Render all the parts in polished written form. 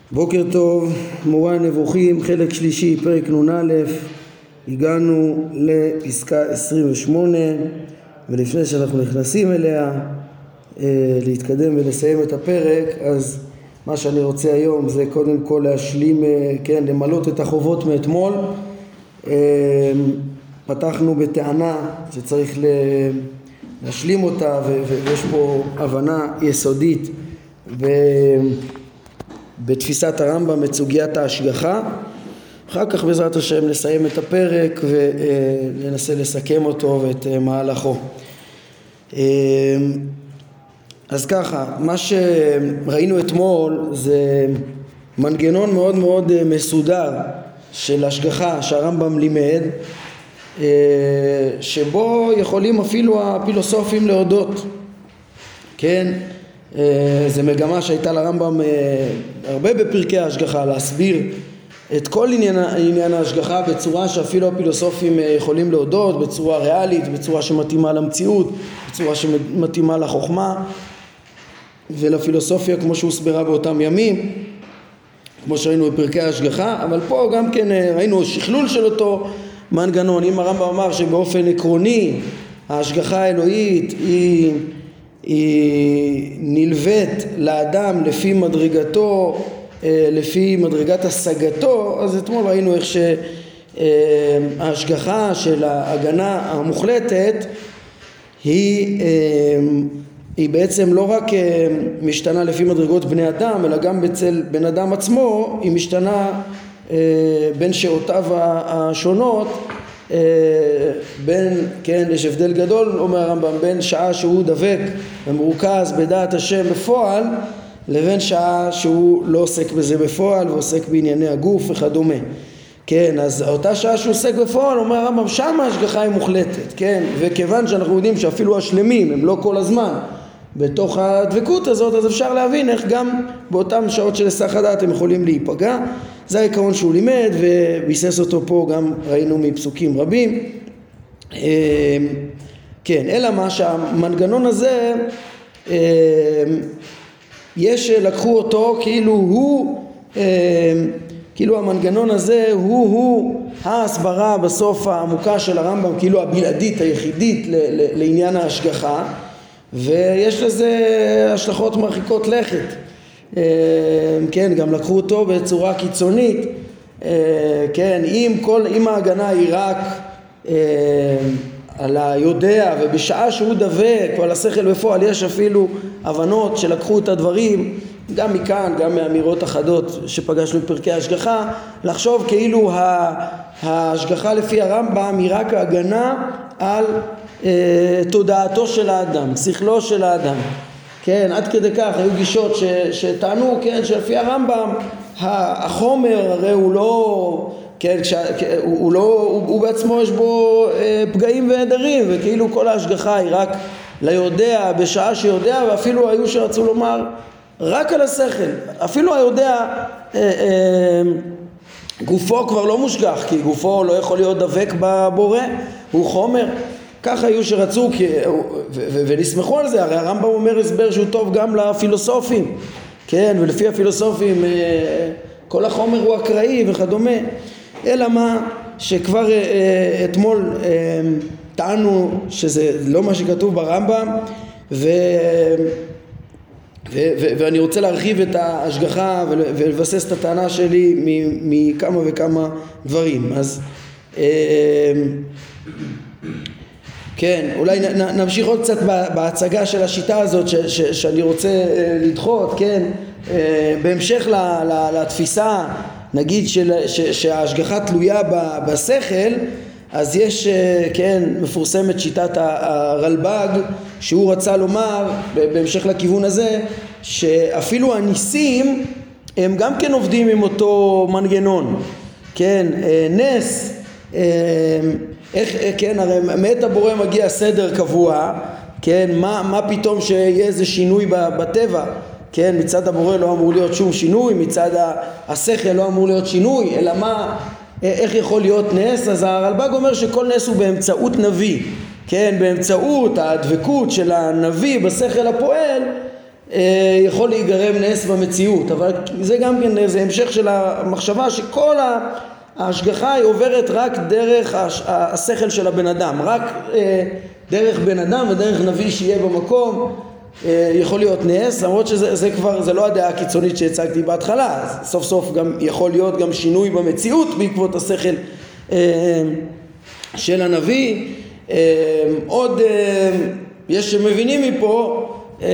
בוקר טוב, מורה נבוכים, חלק שלישי, פרק נ"א. הגענו לפסקה 28, ולפני שאנחנו נכנסים אליה להתקדם ולסיים את הפרק, אז מה שאני רוצה היום זה קודם כל להשלים, למלות את החובות מאתמול. פתחנו בטענה שצריך להשלים אותה, ויש פה הבנה יסודית בתפיסת הרמב"ם את סוגיית ההשגחה. אחר כך בעזרת השם נסיים את הפרק וננסה לסכם אותו ואת מהלכו. אז ככה, מה שראינו אתמול זה מנגנון מאוד מאוד מסודר של השגחה שהרמב"ם לימד, שבו יכולים אפילו הפילוסופים להודות. כן, זה מגמה שהייתה לרמב"ם הרבה בפרקי ההשגחה, להסביר את כל עניין ההשגחה בצורה שאפילו הפילוסופים יכולים להודות, בצורה ריאלית, בצורה שמתאימה למציאות, בצורה שמתאימה לחוכמה ולפילוסופיה כמו שהוסברה באותם ימים, כמו שראינו בפרקי ההשגחה. אבל פה גם כן ראינו שכלול של אותו מנגנון. אם הרמב"ם אמר שבאופן עקרוני ההשגחה האלוהית היא נלווית לאדם לפי מדרגתו, לפי מדרגת השגתו, אז אתמול ראינו איך שההשגחה של ההגנה המוחלטת היא בעצם לא רק משתנה לפי מדרגות בני אדם, אלא גם בצל בן אדם עצמו היא משתנה בין שעותיו השונות. בין, כן, יש הבדל גדול, אומר הרמב"ם, בין שעה שהוא דבק ומרוכז בדעת השם בפועל, לבין שעה שהוא לא עוסק בזה בפועל ועוסק בענייני הגוף וכדומה. כן, אז אותה שעה שהוא עוסק בפועל, אומר הרמב"ם, שם ההשגחה היא מוחלטת. כן, וכיוון שאנחנו יודעים שאפילו השלמים הם לא כל הזמן בתוך הדבקות הזאת, אז אפשר להבין איך גם באותם שעות של היסח הדעת הם יכולים להיפגע. זה העיקרון שהוא לימד וביסס אותו פה, גם ראינו מפסוקים רבים. כן, אלא מה שהמנגנון הזה לקחו אותו כאילו המנגנון הזה הוא ההסברה בסוף העמוקה של הרמב"ם, כאילו הבלעדית היחידית לעניין ההשגחה, ויש לזה השלכות מרחיקות לכת. כן, גם לקחו אותו בצורה קיצונית. כן, אם ההגנה היא רק על היודע ובשעה שהוא דבק ועל השכל בפועל, יש אפילו הבנות שלקחו את הדברים גם מכאן, גם מאמירות אחדות שפגשנו בפרקי ההשגחה, לחשוב כאילו ההשגחה לפי הרמב"ם היא רק ההגנה על תודעתו של האדם, שכלו של האדם. כן, עד כדי כך היו גישות שטענו, כן, שלפי הרמב"ם החומר הרי הוא לא, כן, הוא בעצמו יש בו פגעים והדרים, וכאילו כל ההשגחה היא רק ליודע בשעה שיודע, ואפילו היו שרצו לומר רק על השכל. אפילו היודע גופו כבר לא מושגח, כי גופו לא יכול להיות דבק בבורא, הוא חומר. כך היו שרצו, ונסמכו על זה. הרי הרמב"ם אומר הסבר שהוא טוב גם לפילוסופים, כן, ולפי הפילוסופים כל החומר הוא אקראי וכדומה. אלא מה שכבר אתמול טענו שזה לא מה שכתוב ברמב"ם, ואני רוצה להרחיב את ההשגחה ולבסס את הטענה שלי מכמה וכמה דברים. אז כן, אולי נמשיך עוד קצת בהצגה של השיטה הזאת שאני רוצה לדחות. כן, בהמשך לתפיסה, נגיד שההשגחה תלויה בשכל, אז יש, כן, מפורסמת שיטת הרלב"ג, שהוא רצה לומר בהמשך לכיוון הזה שאפילו הניסים הם גם כן עובדים עם אותו מנגנון. כן, נס, כן, הרי מאת הבורא מגיע סדר קבוע. כן, מה פתאום שיהיה איזה שינוי בטבע? כן, מצד הבורא לא אמור להיות שום שינוי, מצד השכל לא אמור להיות שינוי, אלא איך יכול להיות נס? אז הרלב"ג אומר שכל נס הוא באמצעות נביא. כן, באמצעות הדבקות של הנביא בשכל הפועל, יכול להיגרם נס במציאות, אבל זה גם כן, זה המשך של המחשבה שכל ההשגחה היא עוברת רק דרך השכל של הבן אדם, רק דרך בן אדם ודרך נביא שיהיה במקום יכול להיות נס, למרות שזה כבר, זה לא הדעה הקיצונית שהצגתי בהתחלה, סוף סוף גם יכול להיות גם שינוי במציאות בעקבות השכל של הנביא. עוד יש שמבינים מפה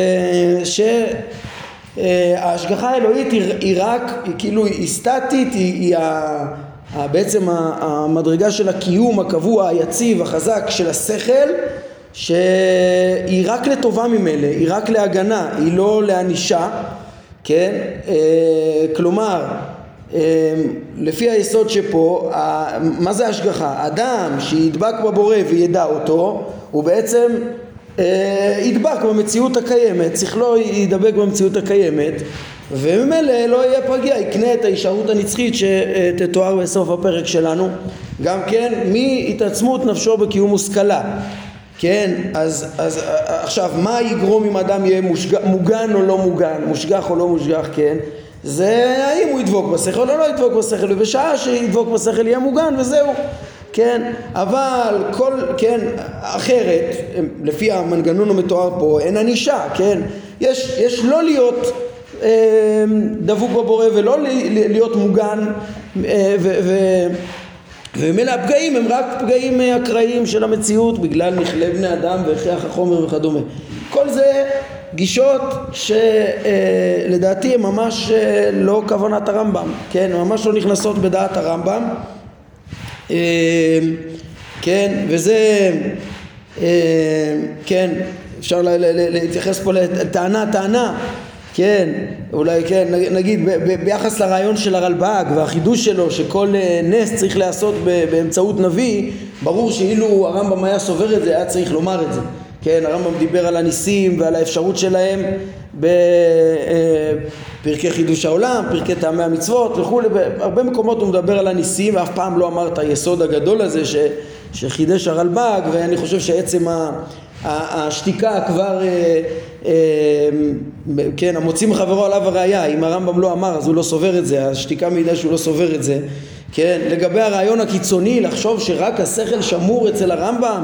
שההשגחה האלוהית היא רק, היא כאילו היא סטטית, היא בעצם המדרגה של הקיום הקבוע, היציב, החזק של השכל, שהיא רק לטובה ממילא, היא רק להגנה, היא לא להנישה, כן? כלומר, לפי היסוד שפה, מה זה השגחה? אדם שידבק בבורא וידע אותו, הוא בעצם ידבק במציאות הקיימת, שכלו ידבק במציאות הקיימת, וממילא לא יהיה פגיע, יקנה את ההישארות הנצחית שתתואר בסוף הפרק שלנו, גם כן מהתעצמות נפשו בקיום מושכלה. כן, אז עכשיו מה יגרום אם אדם יהיה מוגן או לא מוגן, מושגח או לא מושגח, כן? זה האם הוא ידבוק בשכל או לא ידבוק בשכל, ובשעה שידבוק בשכל יהיה מוגן וזהו, כן? אבל כל, כן, אחרת, לפי המנגנון המתואר פה, אין ענישה, כן? יש לא להיות דבוק בבורא ולא להיות מוגן, ומילא הפגעים הם רק פגעים אקראיים של המציאות בגלל מכלה בני אדם והכרח החומר וכדומה. כל זה גישות שלדעתי הם ממש לא כוונת הרמב"ם, כן, ממש לא נכנסות בדעת הרמב"ם, כן, וזה, כן, אפשר להתייחס פה לטענה, כן, אולי כן, נגיד ביחס לרעיון של הרלב"ג והחידוש שלו שכל נס צריך לעשות באמצעות נביא, ברור שאילו הרמב"ם היה סובר את זה היה צריך לומר את זה, כן, הרמב"ם דיבר על הניסים ועל האפשרות שלהם בפרקי חידוש העולם, פרקי טעמי המצוות וכו', בהרבה מקומות הוא מדבר על הניסים ואף פעם לא אמר את היסוד הגדול הזה שחידש הרלב"ג, ואני חושב שעצם השתיקה כבר, כן, המוציא מחברו עליו הראיה, אם הרמב"ם לא אמר אז הוא לא סובר את זה, השתיקה מעידה שהוא לא סובר את זה, כן, לגבי הרעיון הקיצוני לחשוב שרק השכל שמור אצל הרמב"ם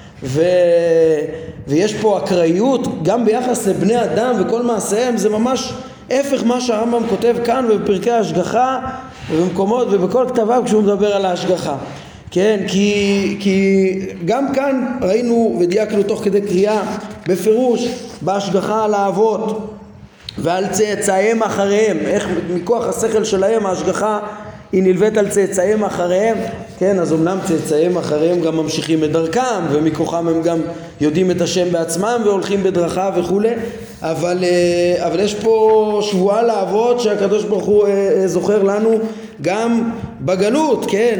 ויש פה אקראיות גם ביחס לבני אדם וכל מעשיהם, זה ממש הפך מה שהרמב"ם כותב כאן ובפרקי ההשגחה ובמקומות ובכל כתביו כשהוא מדבר על ההשגחה, כן, כי גם כאן ראינו ודייקנו תוך כדי קריאה בפירוש בהשגחה על האבות ועל צאצאיהם אחריהם, איך מכוח השכל שלהם ההשגחה היא נלווית על צאצאיהם אחריהם, כן, אז אמנם צאצאיהם אחריהם גם ממשיכים את דרכם ומכוחם הם גם יודעים את השם בעצמם והולכים בדרכיו וכו', אבל יש פה שבועה לאבות שהקדוש ברוך הוא זוכר לנו גם בגלות, כן,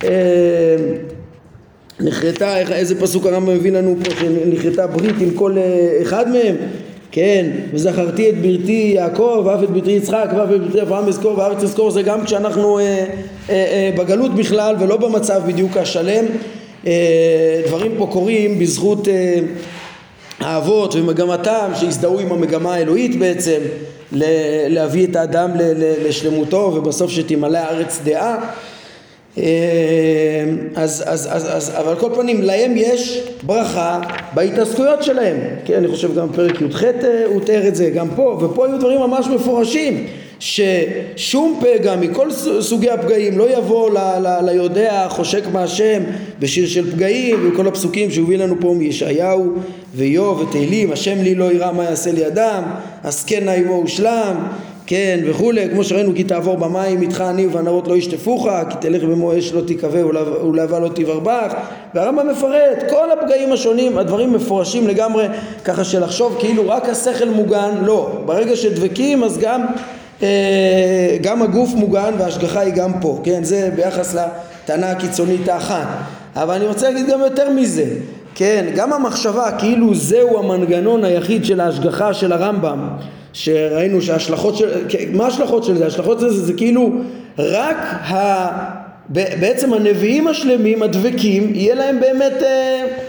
נחרטה, איזה פסוק הרמב"ם מביא לנו פה, שנחרטה ברית עם כל אחד מהם, כן, וזכרתי את בריתי יעקב ואף את בריתי יצחק ואף את בריתי אברהם אזכור וארץ אזכור, זה גם כשאנחנו בגלות בכלל ולא במצב בדיוק השלם. דברים פה קורים בזכות האבות ומגמתם שהזדהו עם המגמה האלוהית בעצם להביא את האדם לשלמותו ובסוף שתמלא הארץ דעה. אבל כל פנים להם יש ברכה בהתעסקויות שלהם, כן, אני חושב גם פרק י"ח הוא תאר את זה, גם פה, ופה היו דברים ממש מפורשים ששום פגע מכל סוגי הפגעים לא יבוא ליודע חושק מהשם בשיר של פגעים וכל הפסוקים שהוביא לנו פה מישעיהו ואיוב ותהילים, השם לי לא יראה מה יעשה לי אדם, עסקן נא עמו ושלם, כן, וכולי, כמו שראינו, כי תעבור במים איתך אני ובנהרות לא ישטפוך, כי תלך במו אש לא תיכווה ולהבה לא תברבך, והרמב"ם מפרט כל הפגעים השונים, הדברים מפורשים לגמרי, ככה שלחשוב כאילו רק השכל מוגן, לא, ברגע שדבקים אז גם הגוף מוגן וההשגחה היא גם פה, כן, זה ביחס לטענה הקיצונית האחת. אבל אני רוצה להגיד גם יותר מזה, כן, גם המחשבה כאילו זהו המנגנון היחיד של ההשגחה של הרמב"ם, שראינו שההשלכות של, מה ההשלכות של זה? ההשלכות של זה כאילו רק בעצם הנביאים השלמים הדבקים יהיה להם באמת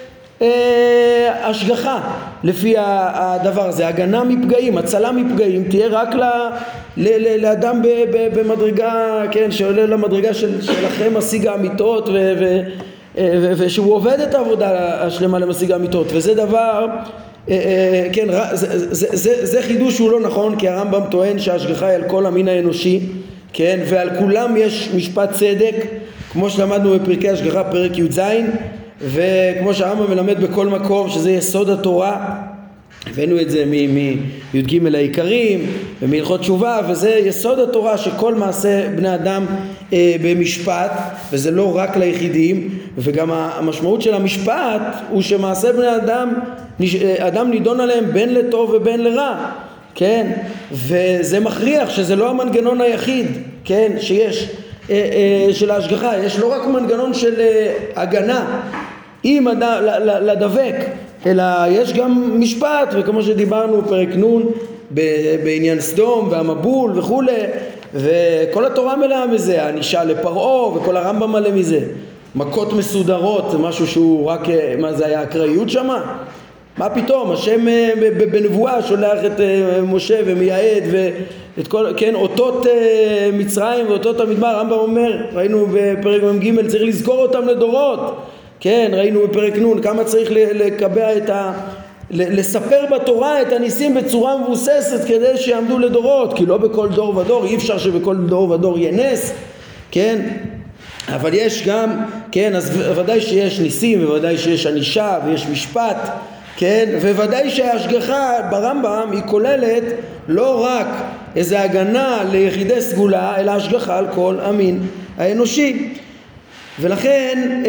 השגחה לפי הדבר הזה, הגנה מפגעים, הצלה מפגעים, תהיה רק לאדם במדרגה, כן, שעולה למדרגה שלכם משיג האמיתות ושהוא עובד את העבודה השלמה למשיג האמיתות, וזה דבר, כן, זה חידוש שהוא לא נכון, כי הרמב"ם טוען שההשגחה היא על כל המין האנושי, כן, ועל כולם יש משפט צדק, כמו שלמדנו בפרקי השגחה פרק י"ז, וכמו שהרמב"ם מלמד בכל מקום שזה יסוד התורה, הבאנו את זה מי"ג העיקרים ומהלכות תשובה, וזה יסוד התורה שכל מעשה בני אדם במשפט, וזה לא רק ליחידים, וגם המשמעות של המשפט הוא שמעשה בני אדם נידון עליהם בין לטוב ובין לרע, כן, וזה מכריח שזה לא המנגנון היחיד, כן, שיש של ההשגחה, יש לא רק מנגנון של הגנה עם לדבק, אלא יש גם משפט, וכמו שדיברנו פרק נ' בעניין סדום והמבול וכו', וכל התורה מלאה מזה, הענישה לפרעה, וכל הרמב"ם מלא מזה, מכות מסודרות, זה משהו שהוא רק, מה זה היה, אקראיות שמה? מה פתאום, השם בנבואה שולח את משה ומייעד ואת כל, כן, אותות מצרים ואותות המדבר, הרמב"ם אומר, ראינו בפרק מ"ג, צריך לזכור אותם לדורות, כן, ראינו בפרק נ' כמה צריך לקבע לספר בתורה את הניסים בצורה מבוססת כדי שיעמדו לדורות, כי לא בכל דור ודור, אי אפשר שבכל דור ודור יהיה נס, כן, אבל יש גם, כן, אז ודאי שיש ניסים וודאי שיש ענישה ויש משפט, כן, וודאי שההשגחה ברמב"ם היא כוללת לא רק איזו הגנה ליחידי סגולה, אלא השגחה על כל המין האנושי. ולכן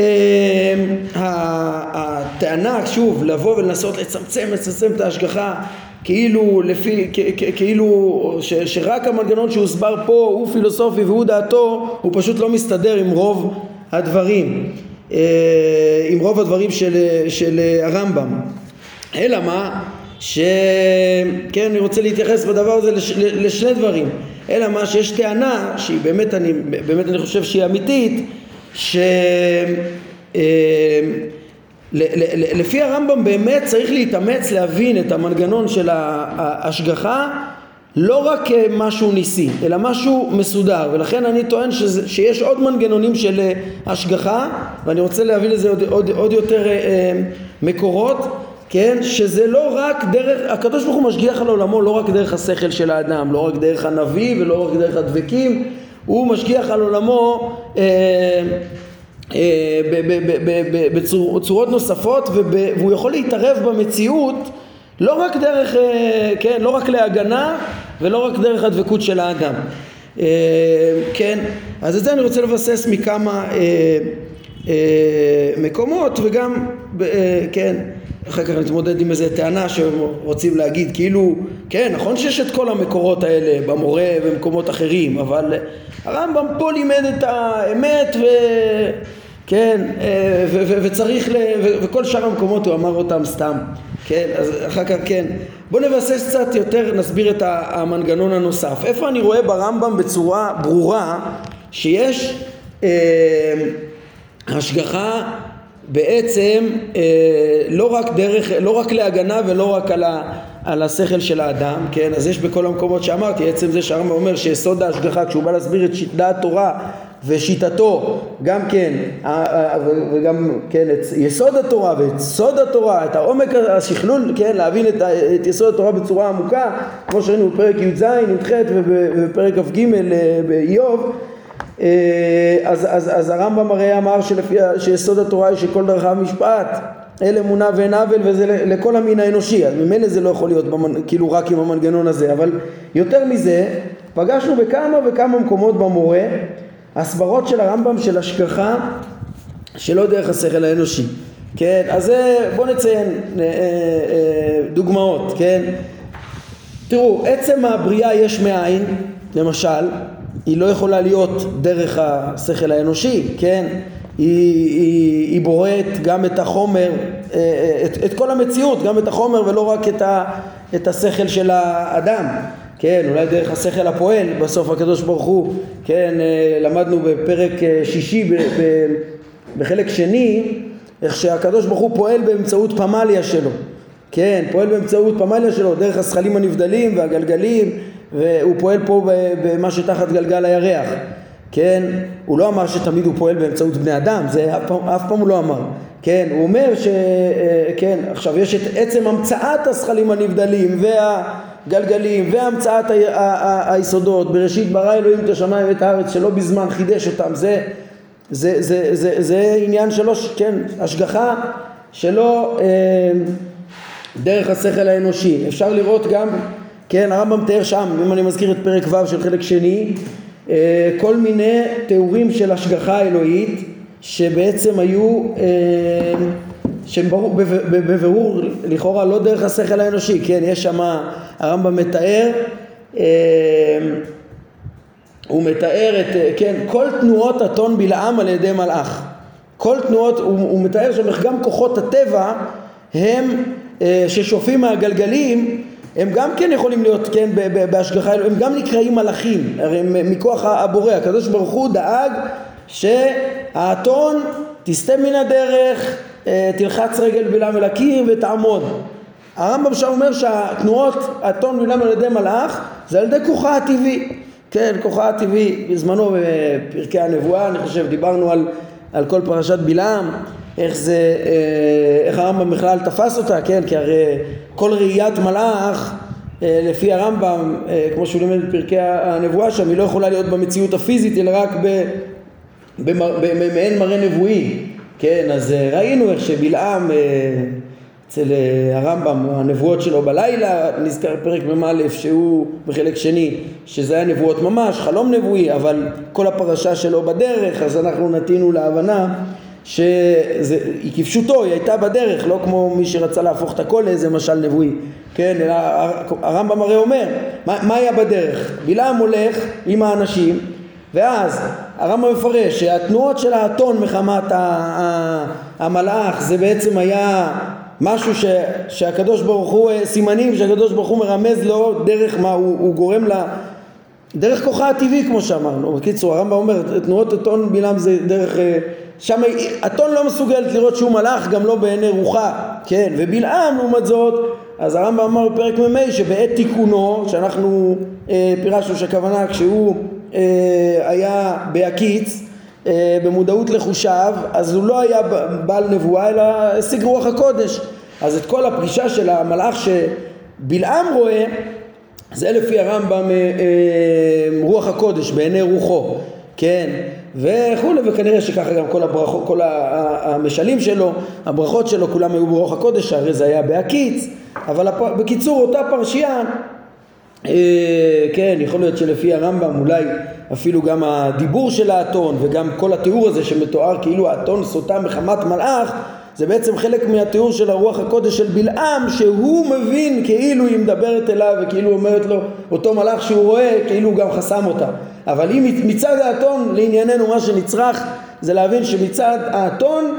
הטענה, שוב, לבוא ולנסות לצמצם את ההשגחה כאילו שרק המנגנון שהוסבר פה הוא פילוסופי והוא דעתו, הוא פשוט לא מסתדר עם רוב הדברים, של הרמב"ם. אלא מה? כן, אני רוצה להתייחס בדבר הזה לשני דברים. אלא מה? שיש טענה שהיא באמת אני חושב שהיא אמיתית, לפי הרמב"ם באמת צריך להתאמץ להבין את המנגנון של ההשגחה לא רק משהו ניסי אלא משהו מסודר, ולכן אני טוען שיש עוד מנגנונים של השגחה, ואני רוצה להביא לזה עוד יותר מקורות, כן, שזה לא רק דרך, הקדוש ברוך הוא משגיח על עולמו לא רק דרך השכל של האדם, לא רק דרך הנביא ולא רק דרך הדבקים, הוא משגיח על עולמו בצורות נוספות, והוא יכול להתערב במציאות לא רק דרך, כן, לא רק להגנה ולא רק דרך הדבקות של האדם, כן, אז את זה אני רוצה לבסס מכמה מקומות, וגם כן, אחר כך נתמודד עם איזה טענה שרוצים להגיד כאילו, כן, נכון שיש את כל המקורות האלה במורה ובמקומות אחרים, אבל הרמב"ם פה לימד את האמת כן, וצריך וכל שאר המקומות הוא אמר אותם סתם, כן, אז אחר כך כן, בוא נבסס קצת יותר, נסביר את המנגנון הנוסף. איפה אני רואה ברמב"ם בצורה ברורה שיש השגחה בעצם לא רק להגנה ולא רק על השכל של האדם, כן, אז יש בכל המקומות שאמרתי, עצם זה שהרמב"ם אומר שיסוד ההשגחה, כשהוא בא להסביר את דעת תורה ושיטתו, גם כן, וגם כן, את יסוד התורה ואת סוד התורה, את העומק השכלול, כן, להבין את יסוד התורה בצורה עמוקה, כמו שראינו בפרק י"ז, י"ח ובפרק כ"ג באיוב, אז הרמב"ם הרי אמר שיסוד התורה היא שכל דרכיו משפט, אל אמונה ואין עוול, וזה לכל המין האנושי, אז ממילא זה לא יכול להיות כאילו רק עם המנגנון הזה, אבל יותר מזה, פגשנו בכמה וכמה מקומות במורה, הסברות של הרמב"ם של השגחה שלא דרך השכל האנושי, כן, אז בוא נציין דוגמאות, כן, תראו, עצם הבריאה יש מאין, למשל, היא לא יכולה להיות דרך השכל האנושי, כן? היא בוראת גם את החומר, את כל המציאות, גם את החומר ולא רק את השכל של האדם, כן? אולי דרך השכל הפועל, בסוף הקדוש ברוך הוא, כן? למדנו בפרק שישי בחלק שני, איך שהקדוש ברוך הוא פועל באמצעות פמליה שלו, כן, פועל באמצעות פמליה שלו, דרך השכלים הנבדלים והגלגלים, והוא פועל פה במה שתחת גלגל הירח, כן, הוא לא אמר שתמיד הוא פועל באמצעות בני אדם, זה אף פעם הוא לא אמר, כן, הוא אומר כן, עכשיו יש את עצם המצאת השכלים הנבדלים והגלגלים והמצאת היסודות, בראשית ברא אלוהים את השמיים ואת הארץ, שלא בזמן חידש אותם, זה עניין שלו, כן, השגחה שלו דרך השכל האנושי. אפשר לראות גם, כן, הרמב"ם מתאר שם, אם אני מזכיר את פרק ו' של חלק שני, כל מיני תיאורים של השגחה אלוהית שבעצם היו שהם בבירור לכאורה לא דרך השכל האנושי, כן, יש שם הרמב"ם מתאר, הוא מתאר את, כן, כל תנועות אתון בלעם על ידי מלאך, כל תנועות, הוא מתאר שגם כוחות הטבע הם ששופעים מהגלגלים, הם גם כן יכולים להיות, כן, בהשגחה, הם גם נקראים מלאכים, הרי הם מכוח הבורא. הקדוש ברוך הוא דאג שהאתון תסתה מן הדרך, תלחץ רגל בלעם אל הקיר ותעמוד. הרמב"ם שם אומר שהתנועות האתון בלעם על ידי מלאך זה על ידי כוחה הטבעי, כן, כוחה הטבעי. בזמנו בפרקי הנבואה אני חושב דיברנו על כל פרשת בלעם, איך הרמב"ם בכלל תפס אותה, כן, כי הרי כל ראיית מלאך לפי הרמב"ם, כמו שהוא לימד בפרקי הנבואה שם, היא לא יכולה להיות במציאות הפיזית אלא רק במעין מראה נבואי, כן, אז ראינו איך שבלעם אצל הרמב"ם הנבואות שלו בלילה, נזכר פרק מ"א שהוא בחלק שני שזה היה נבואות ממש, חלום נבואי, אבל כל הפרשה שלו בדרך, אז אנחנו נתינו להבנה שהיא כפשוטו, היא הייתה בדרך, לא כמו מי שרצה להפוך את הכל לאיזה משל נבואי, כן, אלא הרמב"ם הרי אומר מה היה בדרך? בלעם הולך עם האנשים, ואז הרמב"ם מפרש שהתנועות של האתון מחמת המלאך זה בעצם היה משהו שהקדוש ברוך הוא, סימנים שהקדוש ברוך הוא מרמז לו דרך מה הוא גורם לה, דרך כוחה הטבעי כמו שאמרנו. בקיצור הרמב"ם אומר תנועות אתון בלעם זה דרך, שם אתון לא מסוגלת לראות שהוא מלאך גם לא בעיני רוחה, כן, ובלעם לעומת זאת, אז הרמב"ם אמר בפרק מ"ה שבעת תיקונו, שאנחנו פירשנו שהכוונה כשהוא היה בהקיץ במודעות לחושיו, אז הוא לא היה בעל נבואה אלא השיג רוח הקודש. אז את כל הפגישה של המלאך שבלעם רואה זה לפי הרמב"ם רוח הקודש בעיני רוחו, כן, וכו', וכנראה שככה גם כל הברכות, כל המשלים שלו, הברכות שלו כולם היו ברוח הקודש, הרי זה היה בהקיץ. אבל בקיצור אותה פרשייה, כן, יכול להיות שלפי הרמב"ם אולי אפילו גם הדיבור של האתון וגם כל התיאור הזה שמתואר כאילו האתון סוטה מחמת מלאך, זה בעצם חלק מהתיאור של הרוח הקודש של בלעם, שהוא מבין כאילו היא מדברת אליו וכאילו אומרת לו אותו מלאך שהוא רואה כאילו הוא גם חסם אותה. אבל אם מצד האתון לענייננו מה שנצרך זה להבין שמצד האתון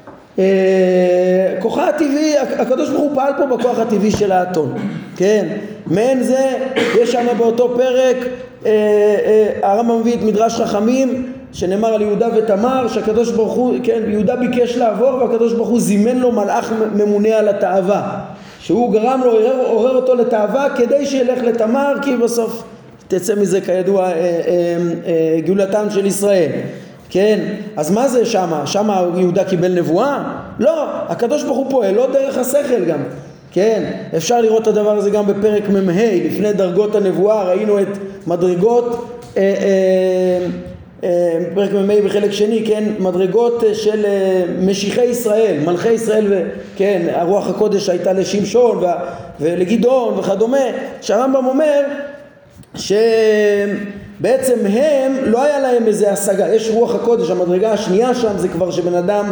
כוחה הטבעי, הקדוש ברוך הוא פעל פה בכוח הטבעי של האתון, כן, מעין זה יש שם באותו פרק הרמב"ם מביא את מדרש חכמים שנאמר על יהודה ותמר שהקדוש ברוך הוא, כן, יהודה ביקש לעבור והקדוש ברוך הוא זימן לו מלאך ממונה על התאווה, שהוא גרם לו, עורר אותו לתאווה כדי שילך לתמר, כי בסוף תצא מזה כידוע גאולתם של ישראל, כן, אז מה זה שמה? שמה יהודה קיבל נבואה? לא, הקדוש ברוך הוא פועל לא דרך השכל גם, כן, אפשר לראות את הדבר הזה גם בפרק מ"ה, לפני דרגות הנבואה ראינו את מדרגות פרק מ"ה בחלק שני, כן, מדרגות של משיחי ישראל, מלכי ישראל, וכן, הרוח הקודש הייתה לשמשון ולגדעון וכדומה, שהרמב"ם אומר שבעצם הם לא היה להם איזה השגה, יש רוח הקודש, המדרגה השנייה שם זה כבר שבן אדם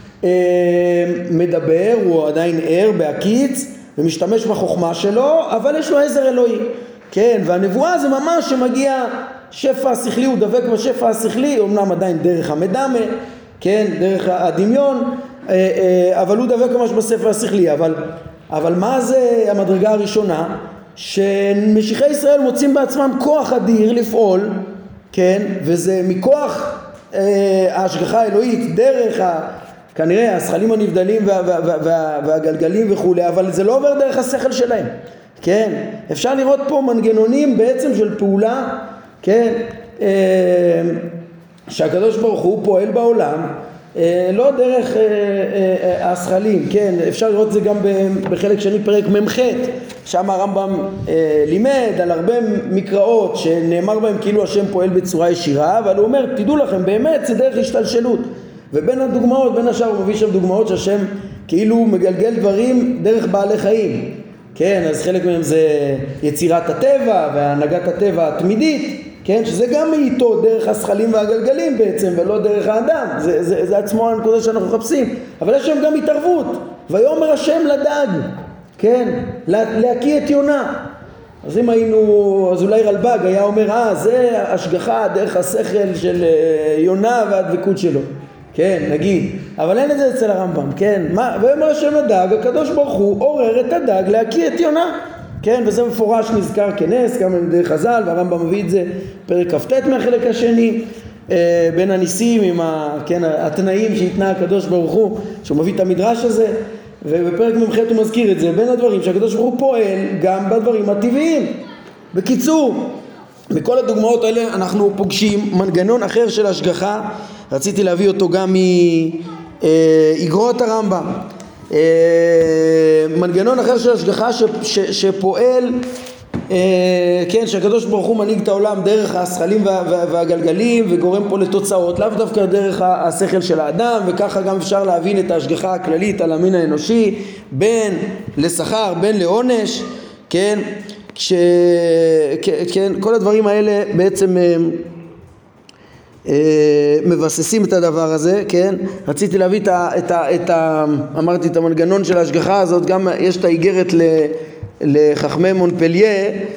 מדבר, הוא עדיין ער בהקיץ ומשתמש בחוכמה שלו, אבל יש לו עזר אלוהי, כן, והנבואה זה ממש שמגיע שפע השכלי, הוא דבק בשפע השכלי, אמנם עדיין דרך המדמה, כן, דרך הדמיון, אבל הוא דבק ממש בספר השכלי. אבל מה זה המדרגה הראשונה? שמשיחי ישראל מוצאים בעצמם כוח אדיר לפעול, כן, וזה מכוח ההשגחה האלוהית, דרך כנראה השכלים הנבדלים והגלגלים וכו', אבל זה לא עובר דרך השכל שלהם, כן? אפשר לראות פה מנגנונים בעצם של פעולה, כן? שהקדוש ברוך הוא פועל בעולם, לא דרך השכלים, כן? אפשר לראות זה גם בחלק שני פרק ממ"ח, שם הרמב"ם לימד על הרבה מקראות שנאמר בהם כאילו השם פועל בצורה ישירה, אבל הוא אומר, תדעו לכם, באמת זה דרך השתלשלות. ובין הדוגמאות, בין השאר הוא מביא שם דוגמאות שהשם כאילו מגלגל דברים דרך בעלי חיים, כן? אז חלק מהם זה יצירת הטבע והנהגת הטבע התמידית, כן? שזה גם מאיתו דרך השכלים והגלגלים בעצם, ולא דרך האדם. זה עצמו הנקודה שאנחנו מחפשים. אבל יש שם גם התערבות. ויאמר השם לדג, כן? להקיא את יונה. אז אם היינו, אז אולי רלב"ג היה אומר, זה השגחה דרך השכל של יונה והדבקות שלו. כן, נגיד. אבל אין את זה אצל הרמב"ם, כן? ויאמר השם לדג, הקדוש ברוך הוא עורר את הדג להקיא את יונה. כן, וזה מפורש נזכר כנס, גם על ידי חז"ל, והרמב"ם מביא את זה פרק כ"ט מהחלק השני, בין הניסים עם התנאים שהתנה הקדוש ברוך הוא, שהוא מביא את המדרש הזה, ובפרק ממ"ח הוא מזכיר את זה, בין הדברים שהקדוש ברוך הוא פועל גם בדברים הטבעיים. בקיצור, מכל הדוגמאות האלה אנחנו פוגשים מנגנון אחר של השגחה, רציתי להביא אותו גם מאגרות הרמב"ם. מנגנון אחר של השגחה שפועל, כן, שהקדוש ברוך הוא מנהיג את העולם דרך השכלים והגלגלים וגורם פה לתוצאות, לאו דווקא דרך השכל של האדם, וככה גם אפשר להבין את ההשגחה הכללית על המין האנושי, בין לשכר, בין לעונש, כן, כן, כל הדברים האלה בעצם מבססים את הדבר הזה, כן? רציתי להביא אמרתי את המנגנון של ההשגחה הזאת, גם יש את האיגרת לחכמי מונפליה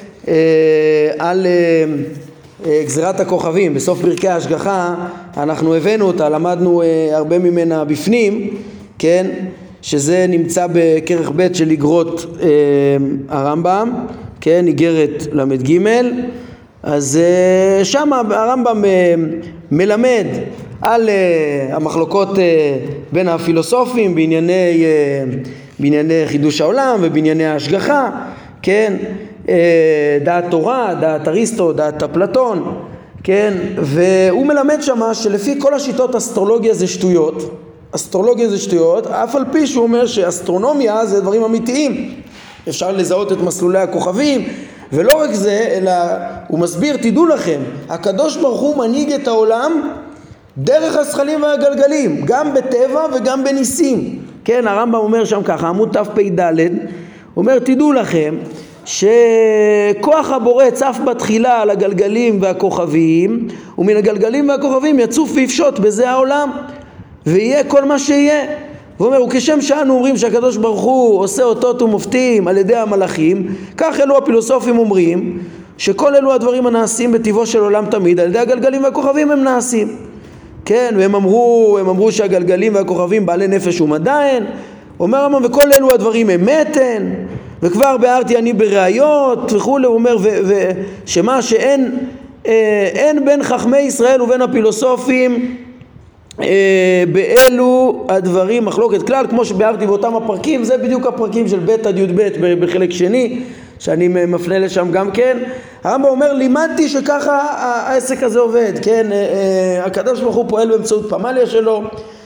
על גזירת הכוכבים, בסוף פרקי ההשגחה אנחנו הבאנו אותה, למדנו הרבה ממנה בפנים, כן? שזה נמצא בכרך ב' של איגרות הרמב"ם, כן? איגרת למ"ג. אז שם הרמב"ם מלמד על המחלוקות בין הפילוסופים בענייני חידוש העולם ובענייני ההשגחה, כן? דעת תורה, דעת אריסטו, דעת אפלטון, כן? והוא מלמד שם שלפי כל השיטות אסטרולוגיה זה שטויות, אסטרולוגיה זה שטויות, אף על פי שהוא אומר שאסטרונומיה זה דברים אמיתיים, אפשר לזהות את מסלולי הכוכבים, ולא רק זה, אלא הוא מסביר, תדעו לכם, הקדוש ברוך הוא מנהיג את העולם דרך השכלים והגלגלים, גם בטבע וגם בניסים. כן, הרמב"ם אומר שם ככה, עמוד תפ"ד, אומר, תדעו לכם שכוח הבורא צף בתחילה על הגלגלים והכוכבים, ומן הגלגלים והכוכבים יצוף ויפשוט בזה העולם, ויהיה כל מה שיהיה. הוא אומר, וכשם שאנו אומרים שהקדוש ברוך הוא עושה אותות ומופתים על ידי המלאכים, כך אלו הפילוסופים אומרים שכל אלו הדברים הנעשים בטבעו של עולם תמיד על ידי הגלגלים והכוכבים הם נעשים. כן, והם אמרו שהגלגלים והכוכבים בעלי נפש ומדען. אומר הרמב"ם, וכל אלו הדברים אמת הן, וכבר ביארתי אני בראיות וכו'. הוא אומר שמה שאין אין בין חכמי ישראל ובין הפילוסופים באלו הדברים מחלוקת כלל, כמו שביארתי באותם הפרקים. זה בדיוק הפרקים של ב' עד י"ב בחלק שני, שאני מפנה לשם גם כן. הרמב"ם אומר, לימדתי שככה העסק הזה עובד, כן? הקדוש ברוך הוא פועל באמצעות פמליה שלו,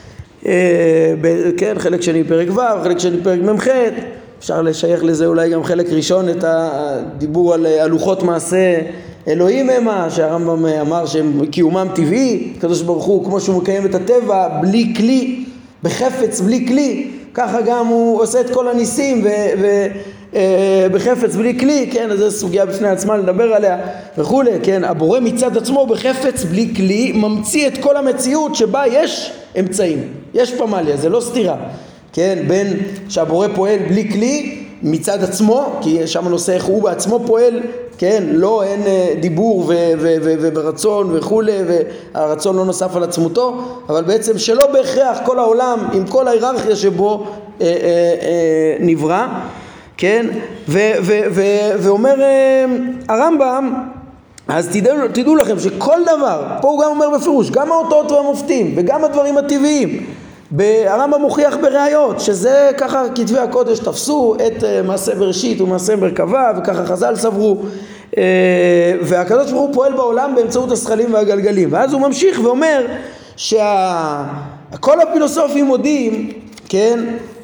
כן, חלק שני פרק ו', חלק שני פרק ממ"ח. אפשר לשייך לזה אולי גם חלק ראשון את הדיבור על הלוחות מעשה אלוהים המה, שהרמב"ם אמר שהם קיומם טבעי, הקדוש ברוך הוא כמו שהוא מקיים את הטבע בלי כלי, בחפץ בלי כלי, ככה גם הוא עושה את כל הניסים בחפץ בלי כלי, כן? אז זו סוגיה בפני עצמה לדבר עליה וכו', כן? הבורא מצד עצמו בחפץ בלי כלי ממציא את כל המציאות שבה יש אמצעים, יש פמליה, זה לא סתירה, כן? בין שהבורא פועל בלי כלי מצד עצמו, כי שם הנושא איך הוא בעצמו פועל, כן? לא, אין דיבור וברצון וכו', והרצון לא נוסף על עצמותו, אבל בעצם שלא בהכרח כל העולם עם כל ההיררכיה שבו נברא, כן? ואומר הרמב"ם, אז תדעו לכם שכל דבר, פה הוא גם אומר בפירוש, גם האותות והמופתים וגם הדברים הטבעיים, הרמב"ם מוכיח בראיות, שזה ככה כתבי הקודש תפסו את מעשה בראשית ומעשה מרכבה, וככה חז"ל סברו, והקדוש ברוך הוא פועל בעולם באמצעות השכלים והגלגלים. ואז הוא ממשיך ואומר כל הפילוסופים מודים, כן,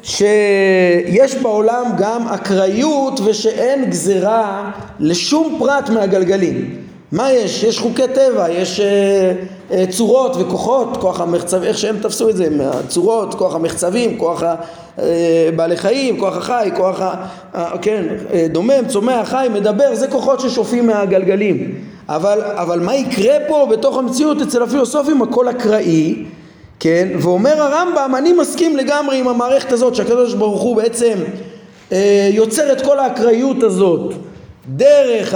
שיש בעולם גם אקראיות ושאין גזרה לשום פרט מהגלגלים. מה יש? יש חוקי טבע, יש צורות וכוחות, כוח המחצב, איך שהם תפסו את זה, צורות, כוח המחצבים, כוח בעלי חיים, כוח החי, כוח כן, דומם, צומח, חי, מדבר, זה כוחות ששופעים מהגלגלים. אבל מה יקרה פה בתוך המציאות אצל הפילוסופים? הכל אקראי, כן? ואומר הרמב"ם, אני מסכים לגמרי עם המערכת הזאת שהקדוש ברוך הוא בעצם יוצר את כל האקראיות הזאת דרך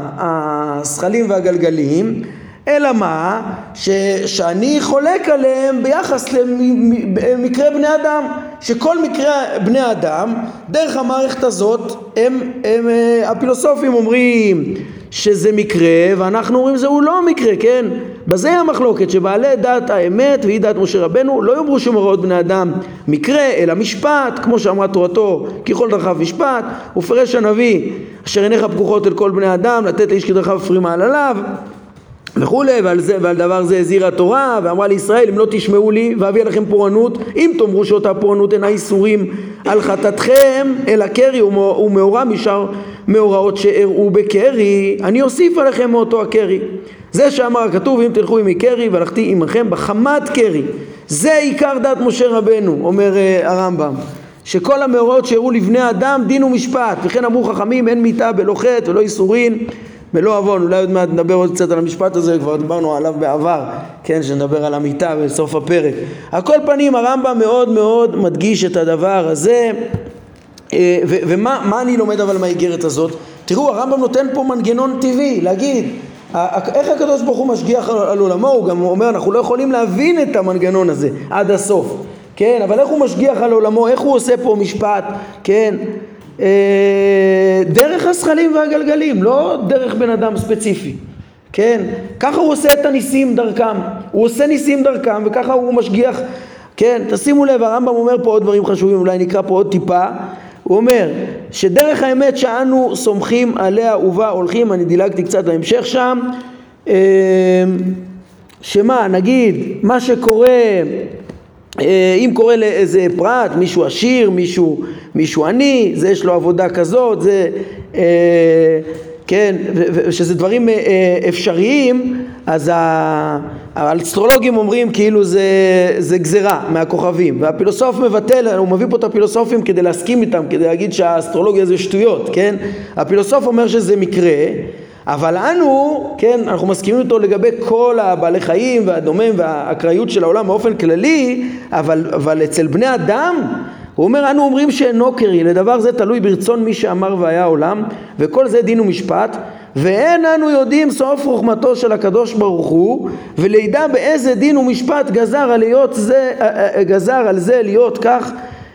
השכלים והגלגלים, אלא מה? שאני חולק עליהם ביחס למקרה בני אדם, שכל מקרה בני אדם דרך המערכת הזאת הפילוסופים אומרים שזה מקרה ואנחנו אומרים זהו לא מקרה, כן? בזה המחלוקת, שבעלי דעת האמת והיא דעת משה רבנו לא יאמרו שום הוראות בני אדם מקרה אלא משפט, כמו שאמרה תורתו כי כל דרכיו משפט, ופרש הנביא אשר עיניך פקוחות אל כל בני אדם לתת לאיש כדרכיו ופרי מעלליו וכולי, ועל דבר זה הזהירה התורה ואמרה לישראל אם לא תשמעו לי ואביא לכם פורענות, אם תאמרו שאותה פורענות אינה איסורים על חטאתכם אלא קרי ומאורע משאר מאורעות שאירעו בקרי, אני אוסיף עליכם מאותו הקרי. זה שאמר הכתוב אם תלכו עמי קרי והלכתי עמכם בחמת קרי, זה עיקר דעת משה רבנו, אומר הרמב"ם, שכל המאורעות שאירעו לבני אדם דין ומשפט, וכן אמרו חכמים אין מיתה בלא חטא ולא איסורין ולא עוון. אולי עוד מעט נדבר עוד קצת על המשפט הזה, כבר דיברנו עליו בעבר, כן, שנדבר על המיתה בסוף הפרק. על כל פנים הרמב"ם מאוד מאוד מדגיש את הדבר הזה. ומה אני לומד אבל מהאיגרת הזאת? תראו, הרמב"ם נותן פה מנגנון טבעי להגיד איך הקדוש ברוך הוא משגיח על עולמו. הוא גם אומר אנחנו לא יכולים להבין את המנגנון הזה עד הסוף, כן, אבל איך הוא משגיח על עולמו, איך הוא עושה פה משפט, כן, דרך השכלים והגלגלים, לא דרך בן אדם ספציפי, כן, ככה הוא עושה את הניסים דרכם, הוא עושה ניסים דרכם וככה הוא משגיח, כן. תשימו לב, הרמב"ם אומר פה עוד דברים חשובים, אולי נקרא פה עוד טיפה. הוא אומר שדרך האמת שאנו סומכים עליה ובה הולכים, אני דילגתי קצת להמשך שם, שמה נגיד מה שקורה, אם קורה לאיזה פרט, מישהו עשיר, מישהו עני, זה יש לו עבודה כזאת, זה כן, שזה דברים אפשריים, אז האסטרולוגים אומרים כאילו זה גזרה מהכוכבים, והפילוסוף מבטל, הוא מביא פה את הפילוסופים כדי להסכים איתם, כדי להגיד שהאסטרולוגיה זה שטויות, כן? הפילוסוף אומר שזה מקרה, אבל אנו, כן, אנחנו מסכימים איתו לגבי כל הבעלי חיים והדומם והאקראיות של העולם באופן כללי, אבל אצל בני אדם, הוא אומר, אנו אומרים שאינו קרי, לדבר זה תלוי ברצון מי שאמר והיה העולם, וכל זה דין ומשפט, ואין אנו יודעים סוף רחמתו של הקדוש ברוך הוא, ולידע באיזה דין ומשפט גזר על זה להיות כך,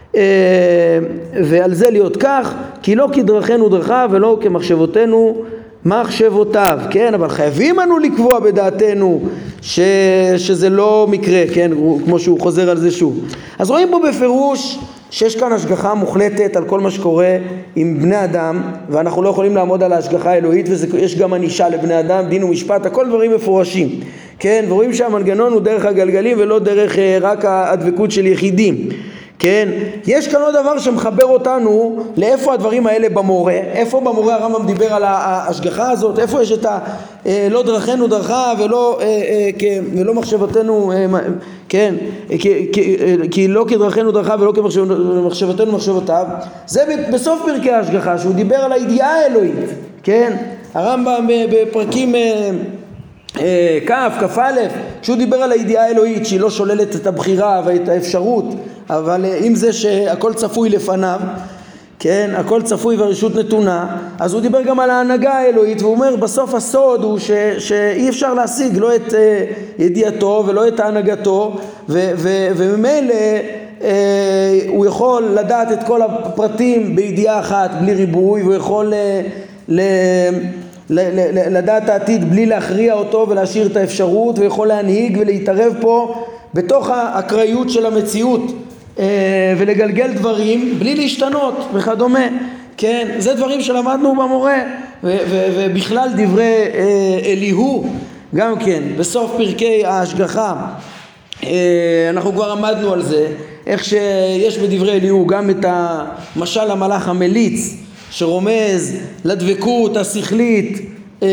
ועל זה להיות כך, כי לא כדרכנו דרכיו ולא כמחשבותינו מחשבותיו, כן, אבל חייבים אנו לקבוע בדעתנו שזה לא מקרה, כן, כמו שהוא חוזר על זה שוב. אז רואים פה בפירוש שיש כאן השגחה מוחלטת על כל מה שקורה עם בני אדם, ואנחנו לא יכולים לעמוד על ההשגחה האלוהית, ויש גם ענישה לבני אדם, דין ומשפט, הכל דברים מפורשים, כן, ורואים שהמנגנון הוא דרך הגלגלים ולא דרך רק הדבקות של יחידים, כן, יש כאן עוד דבר שמחבר אותנו לאיפה הדברים האלה במורה, איפה במורה הרמב"ם דיבר על ההשגחה הזאת, איפה יש את לא דרכנו דרכה ולא מחשבתנו, כן, כי לא כדרכנו דרכה ולא כמחשבתנו מחשבותיו, זה בסוף פרקי ההשגחה שהוא דיבר על הידיעה האלוהית, כן, הרמב"ם בפרקים כף א', כשהוא דיבר על הידיעה האלוהית שהיא לא שוללת את הבחירה ואת האפשרות, אבל עם זה שהכל צפוי לפניו, כן, הכל צפוי והרשות נתונה, אז הוא דיבר גם על ההנהגה האלוהית, והוא אומר בסוף הסוד הוא שאי אפשר להשיג לא את ידיעתו ולא את ההנהגתו, וממילא הוא יכול לדעת את כל הפרטים בידיעה אחת בלי ריבוי, והוא יכול לדעת העתיד בלי להכריע אותו ולהשאיר את האפשרות, ויכול להנהיג ולהתערב פה בתוך האקראיות של המציאות ולגלגל דברים בלי להשתנות וכדומה. כן, זה דברים שלמדנו במורה, ובכלל דברי אליהו גם כן בסוף פרקי ההשגחה אנחנו כבר עמדנו על זה, איך שיש בדברי אליהו גם את המשל המלאך המליץ שרומז לדבקות השכלית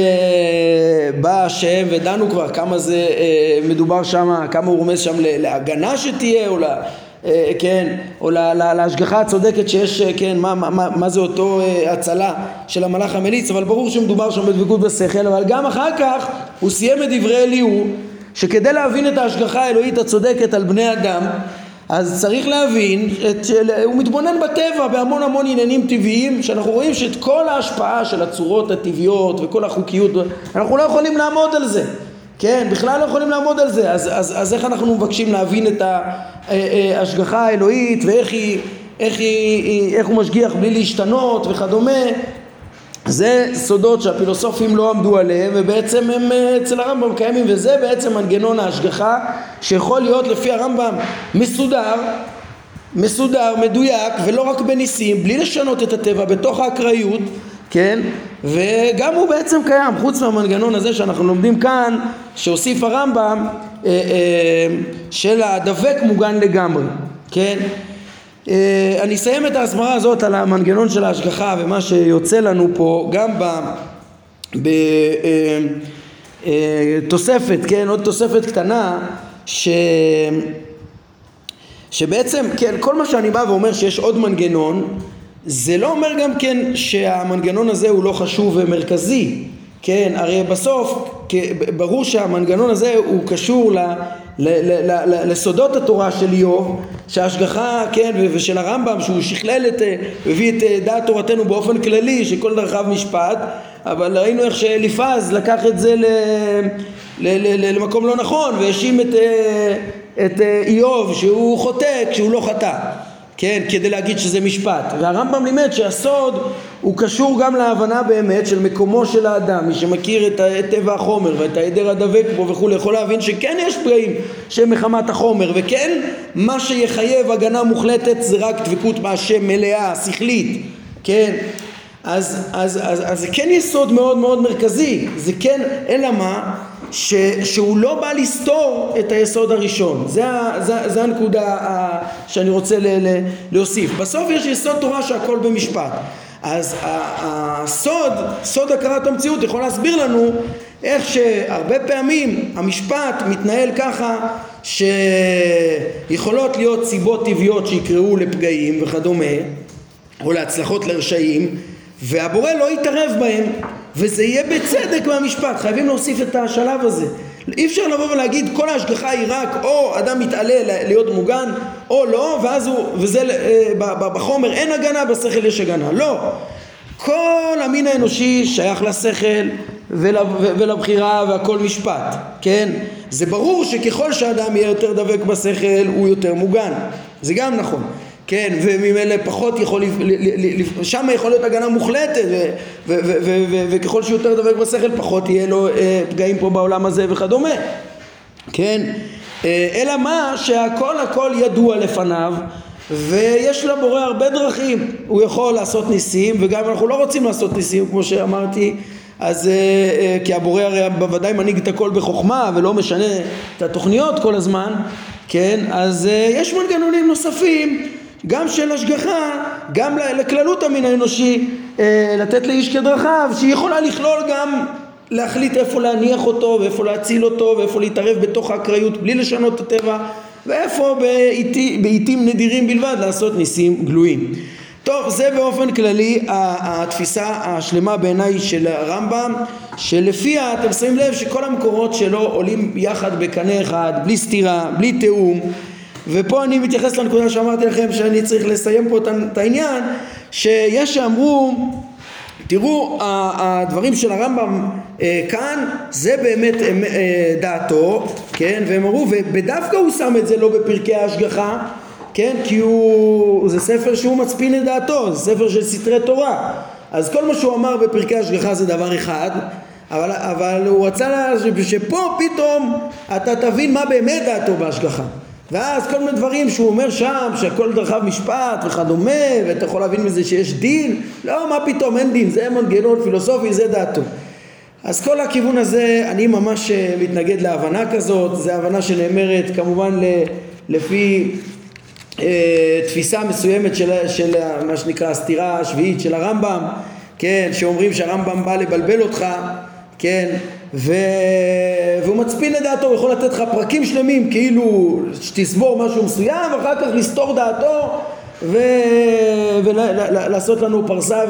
בהשם, ודנו כבר כמה זה מדובר שם, כמה הוא רומז שם להגנה שתהיה או להשגחה הצודקת שיש, כן, מה זה אותו הצלה של המלאך המליץ, אבל ברור שמדובר שם בדבקות בשכל. אבל גם אחר כך הוא סיים את דברי אליהו שכדי להבין את ההשגחה האלוהית הצודקת על בני אדם, אז צריך להבין, הוא מתבונן בטבע בהמון המון עניינים טבעיים, שאנחנו רואים שאת כל ההשפעה של הצורות הטבעיות וכל החוקיות אנחנו לא יכולים לעמוד על זה, כן, בכלל לא יכולים לעמוד על זה. אז איך אנחנו מבקשים להבין את ההשגחה האלוהית ואיך הוא משגיח בלי להשתנות וכדומה? זה סודות שהפילוסופים לא עמדו עליהם, ובעצם הם אצל הרמב"ם קיימים, וזה בעצם מנגנון ההשגחה שיכול להיות לפי הרמב"ם מסודר, מדויק, ולא רק בניסים, בלי לשנות את הטבע בתוך האקראיות, כן? וגם הוא בעצם קיים, חוץ מהמנגנון הזה שאנחנו לומדים כאן, שהוסיף הרמב"ם של הדבק מוגן לגמרי, כן? אני אסיים את ההסברה הזאת על המנגנון של ההשגחה ומה שיוצא לנו פה גם בתוספת, כן, עוד תוספת קטנה שבעצם, כן, כל מה שאני בא ואומר שיש עוד מנגנון, זה לא אומר גם כן שהמנגנון הזה הוא לא חשוב ומרכזי, כן, הרי בסוף ברור שהמנגנון הזה הוא קשור לסודות התורה של איוב, שההשגחה, כן, ושל הרמב"ם, שהוא שכלל הביא את דעת תורתנו באופן כללי, שכל דרכיו משפט, אבל ראינו איך שאליפז לקח את זה למקום לא נכון, והאשים את איוב שהוא חוטא כשהוא לא חטא, כן, כדי להגיד שזה משפט. והרמב"ם לימד שהסוד הוא קשור גם להבנה באמת של מקומו של האדם, מי שמכיר את טבע החומר ואת העדר הדבק בו וכו', יכול להבין שכן יש פגעים שמחמת החומר, וכן מה שיחייב הגנה מוחלטת זה רק דבקות בהשם מלאה, שכלית, כן. אז זה כן יסוד מאוד מאוד מרכזי, זה כן, אלא מה? שהוא לא בא לסתור את היסוד הראשון. זה הנקודה שאני רוצה להוסיף. בסוף יש יסוד תורה שהכל במשפט. אז סוד הכרת המציאות יכול להסביר לנו איך שהרבה פעמים המשפט מתנהל ככה שיכולות להיות סיבות טבעיות שיקראו לפגעים וכדומה, או להצלחות לרשעים, והבורא לא יתערב בהם, וזה יהיה בצדק מהמשפט. חייבים להוסיף את השלב הזה. אי אפשר לבוא ולהגיד כל ההשגחה היא רק או אדם מתעלה להיות מוגן או לא, וזה בחומר אין הגנה, בשכל יש הגנה. לא, כל המין האנושי שייך לשכל ולבחירה והכל משפט, כן? זה ברור שככל שאדם יהיה יותר דבק בשכל הוא יותר מוגן, זה גם נכון, כן, וממילא פחות יכול, שם יכול להיות הגנה מוחלטת, וככל שהוא יותר דבק בשכל פחות יהיה לו פגעים פה בעולם הזה וכדומה, כן. אלא מה שהכל ידוע לפניו, ויש לבורא הרבה דרכים. הוא יכול לעשות ניסים, וגם אנחנו לא רוצים לעשות ניסים כמו שאמרתי, אז כי הבורא הרי בוודאי מנהיג את הכל בחוכמה ולא משנה את התוכניות כל הזמן, כן. אז יש מנגנונים נוספים גם של השגחה, גם לכללות המין האנושי, לתת לאיש כדרכיו, שהיא יכולה לכלול גם להחליט איפה להניח אותו ואיפה להציל אותו ואיפה להתערב בתוך האקראיות בלי לשנות את הטבע, ואיפה בעיתים נדירים בלבד לעשות ניסים גלויים. טוב, זה באופן כללי התפיסה השלמה בעיניי של הרמב"ם, שלפיה אתם שמים לב שכל המקורות שלו עולים יחד בקנה אחד, בלי סתירה, בלי תאום. ופה אני מתייחס לנקודה שאמרתי לכם שאני צריך לסיים פה את העניין, שיש שאמרו, תראו, הדברים של הרמב"ם כאן זה באמת דעתו, כן, והם אמרו, ובדווקא הוא שם את זה לא בפרקי ההשגחה, כן, כי זה ספר שהוא מצפין את דעתו, זה ספר של סתרי תורה, אז כל מה שהוא אמר בפרקי ההשגחה זה דבר אחד, אבל הוא רצה שפה פתאום אתה תבין מה באמת דעתו בהשגחה. ואז כל מיני דברים שהוא אומר שם, שהכל דרכיו משפט וכדומה, ואתה יכול להבין מזה שיש דין. לא, מה פתאום, אין דין, זה מנגנון פילוסופי, זה דעתו. אז כל הכיוון הזה, אני ממש מתנגד להבנה כזאת. זה הבנה שנאמרת כמובן לפי תפיסה מסוימת של מה שנקרא הסתירה השביעית של הרמב"ם, כן, שאומרים שהרמב"ם בא לבלבל אותך, כן, והוא מצפין לדעתו, הוא יכול לתת לך פרקים שלמים כאילו שתסבור משהו מסוים ואחר כך לסתור דעתו ולעשות לנו פרסה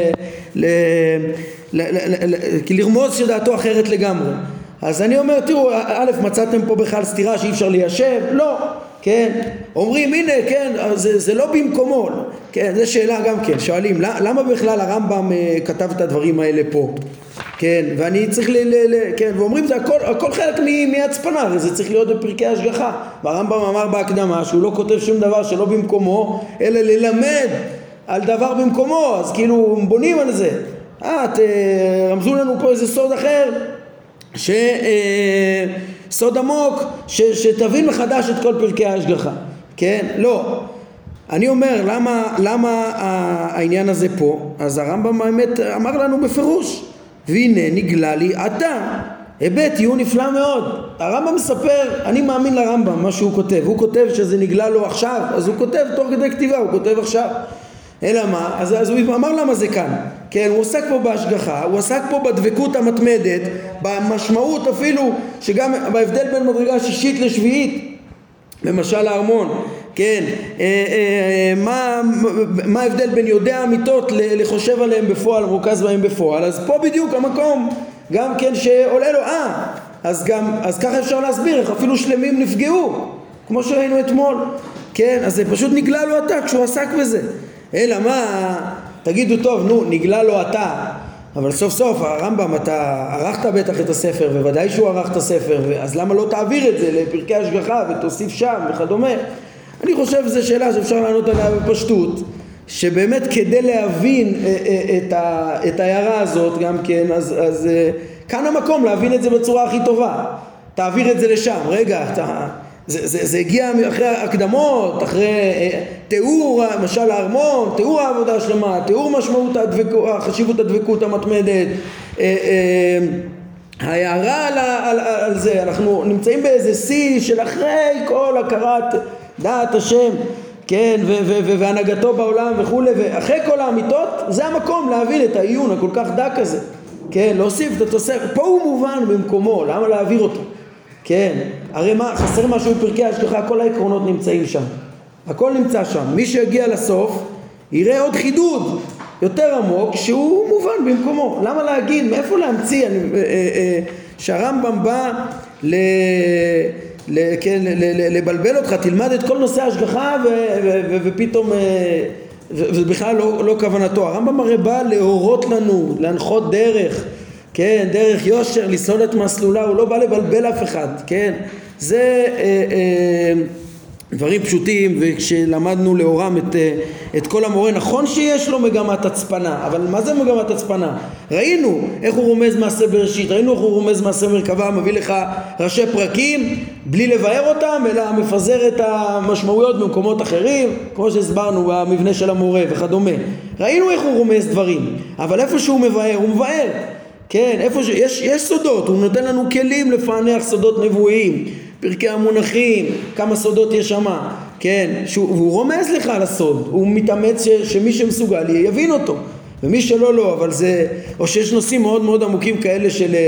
ולרמוז שדעתו אחרת לגמרי. אז אני אומר, תראו, א', מצאתם פה בכלל סתירה שאי אפשר ליישב? לא, כן, אומרים הנה, כן, זה לא במקומו, כן, זו שאלה גם כן, שואלים למה בכלל הרמב"ם כתב את הדברים האלה פה, כן, ואני צריך כן, ואומרים זה הכל חלק מהצפנה, זה צריך להיות בפרקי השגחה. והרמב"ם אמר בהקדמה שהוא לא כותב שום דבר שלא במקומו, אלא ללמד על דבר במקומו, אז כאילו בונים על זה. רמזו לנו פה איזה סוד אחר, סוד עמוק, שתבין מחדש את כל פרקי ההשגחה, כן? לא. אני אומר, למה העניין הזה פה? אז הרמב"ם האמת אמר לנו בפירוש, והנה נגלה לי אתה, היבט יהיו נפלא מאוד. הרמב"ם מספר, אני מאמין לרמב"ם מה שהוא כותב, הוא כותב שזה נגלה לו עכשיו, אז הוא כותב תוך כדי כתיבה, הוא כותב עכשיו. אלא מה? אז הוא אמר למה זה כאן, כן, הוא עוסק פה בהשגחה, הוא עסק פה בדבקות המתמדת, במשמעות אפילו שגם בהבדל בין מדרגה שישית לשביעית, למשל הארמון, כן, מה ההבדל בין יודע אמיתות לחושב עליהם בפועל, מרוכז בהם בפועל. אז פה בדיוק המקום גם כן שעולה לו, אז ככה אפשר להסביר איך אפילו שלמים נפגעו, כמו שראינו אתמול, כן, אז זה פשוט נגלה לו אתה כשהוא עסק בזה. אלא מה, תגידו טוב, נו, נגלה לו אתה, אבל סוף סוף הרמב"ם, אתה ערכת בטח את הספר, וודאי שהוא ערך את הספר, אז למה לא תעביר את זה לפרקי השגחה ותוסיף שם וכדומה? אני חושב שזו שאלה שאפשר לענות עליה בפשטות, שבאמת כדי להבין את ההערה הזאת גם כן, אז כאן המקום להבין את זה בצורה הכי טובה. תעביר את זה לשם, רגע, זה הגיע אחרי הקדמות, אחרי תיאור, למשל הארמון, תיאור העבודה השלמה, תיאור משמעות חשיבות הדבקות המתמדת, ההערה על זה. אנחנו נמצאים באיזה שיא של אחרי כל הכרת דעת השם, כן, והנהגתו בעולם וכו', ואחרי כל האמיתות זה המקום להבין את העיון הכל כך דק הזה, כן, להוסיף את התוספת. פה הוא מובן במקומו, למה להעביר אותו? כן, הרי מה, חסר משהו בפרקי ההשגחה, כל העקרונות נמצאים שם, הכל נמצא שם. מי שיגיע לסוף יראה עוד חידוד יותר עמוק שהוא מובן במקומו. למה להגיד, מאיפה להמציא? שהרמב"ם בא לבלבל אותך, תלמד את כל נושא ההשגחה ופתאום ובכלל לא כוונתו. הרמב"ם הרי בא להורות לנו, להנחות דרך, כן, דרך יושר, לסלול את מסלולה, הוא לא בא לבלבל אף אחד, כן, זה דברים פשוטים. וכשלמדנו לאורם את כל המורה, נכון שיש לו מגמת הצפנה, אבל מה זה מגמת הצפנה? ראינו איך הוא רומז מעשה בראשית, ראינו איך הוא רומז מעשה מרכבה, מביא לך ראשי פרקים בלי לבאר אותם, אלא מפזר את המשמעויות במקומות אחרים, כמו שהסברנו במבנה של המורה וכדומה. ראינו איך הוא רומז דברים, אבל איפה שהוא מבאר, הוא מבאר, כן, איפה שיש סודות, הוא נותן לנו כלים לפענח סודות נבואיים, פרקי המונחים, כמה סודות יש שם, כן, והוא רומז לך על הסוד, הוא מתאמץ שמי שמסוגל יבין אותו, ומי שלא לא. אבל זה, או שיש נושאים מאוד מאוד עמוקים כאלה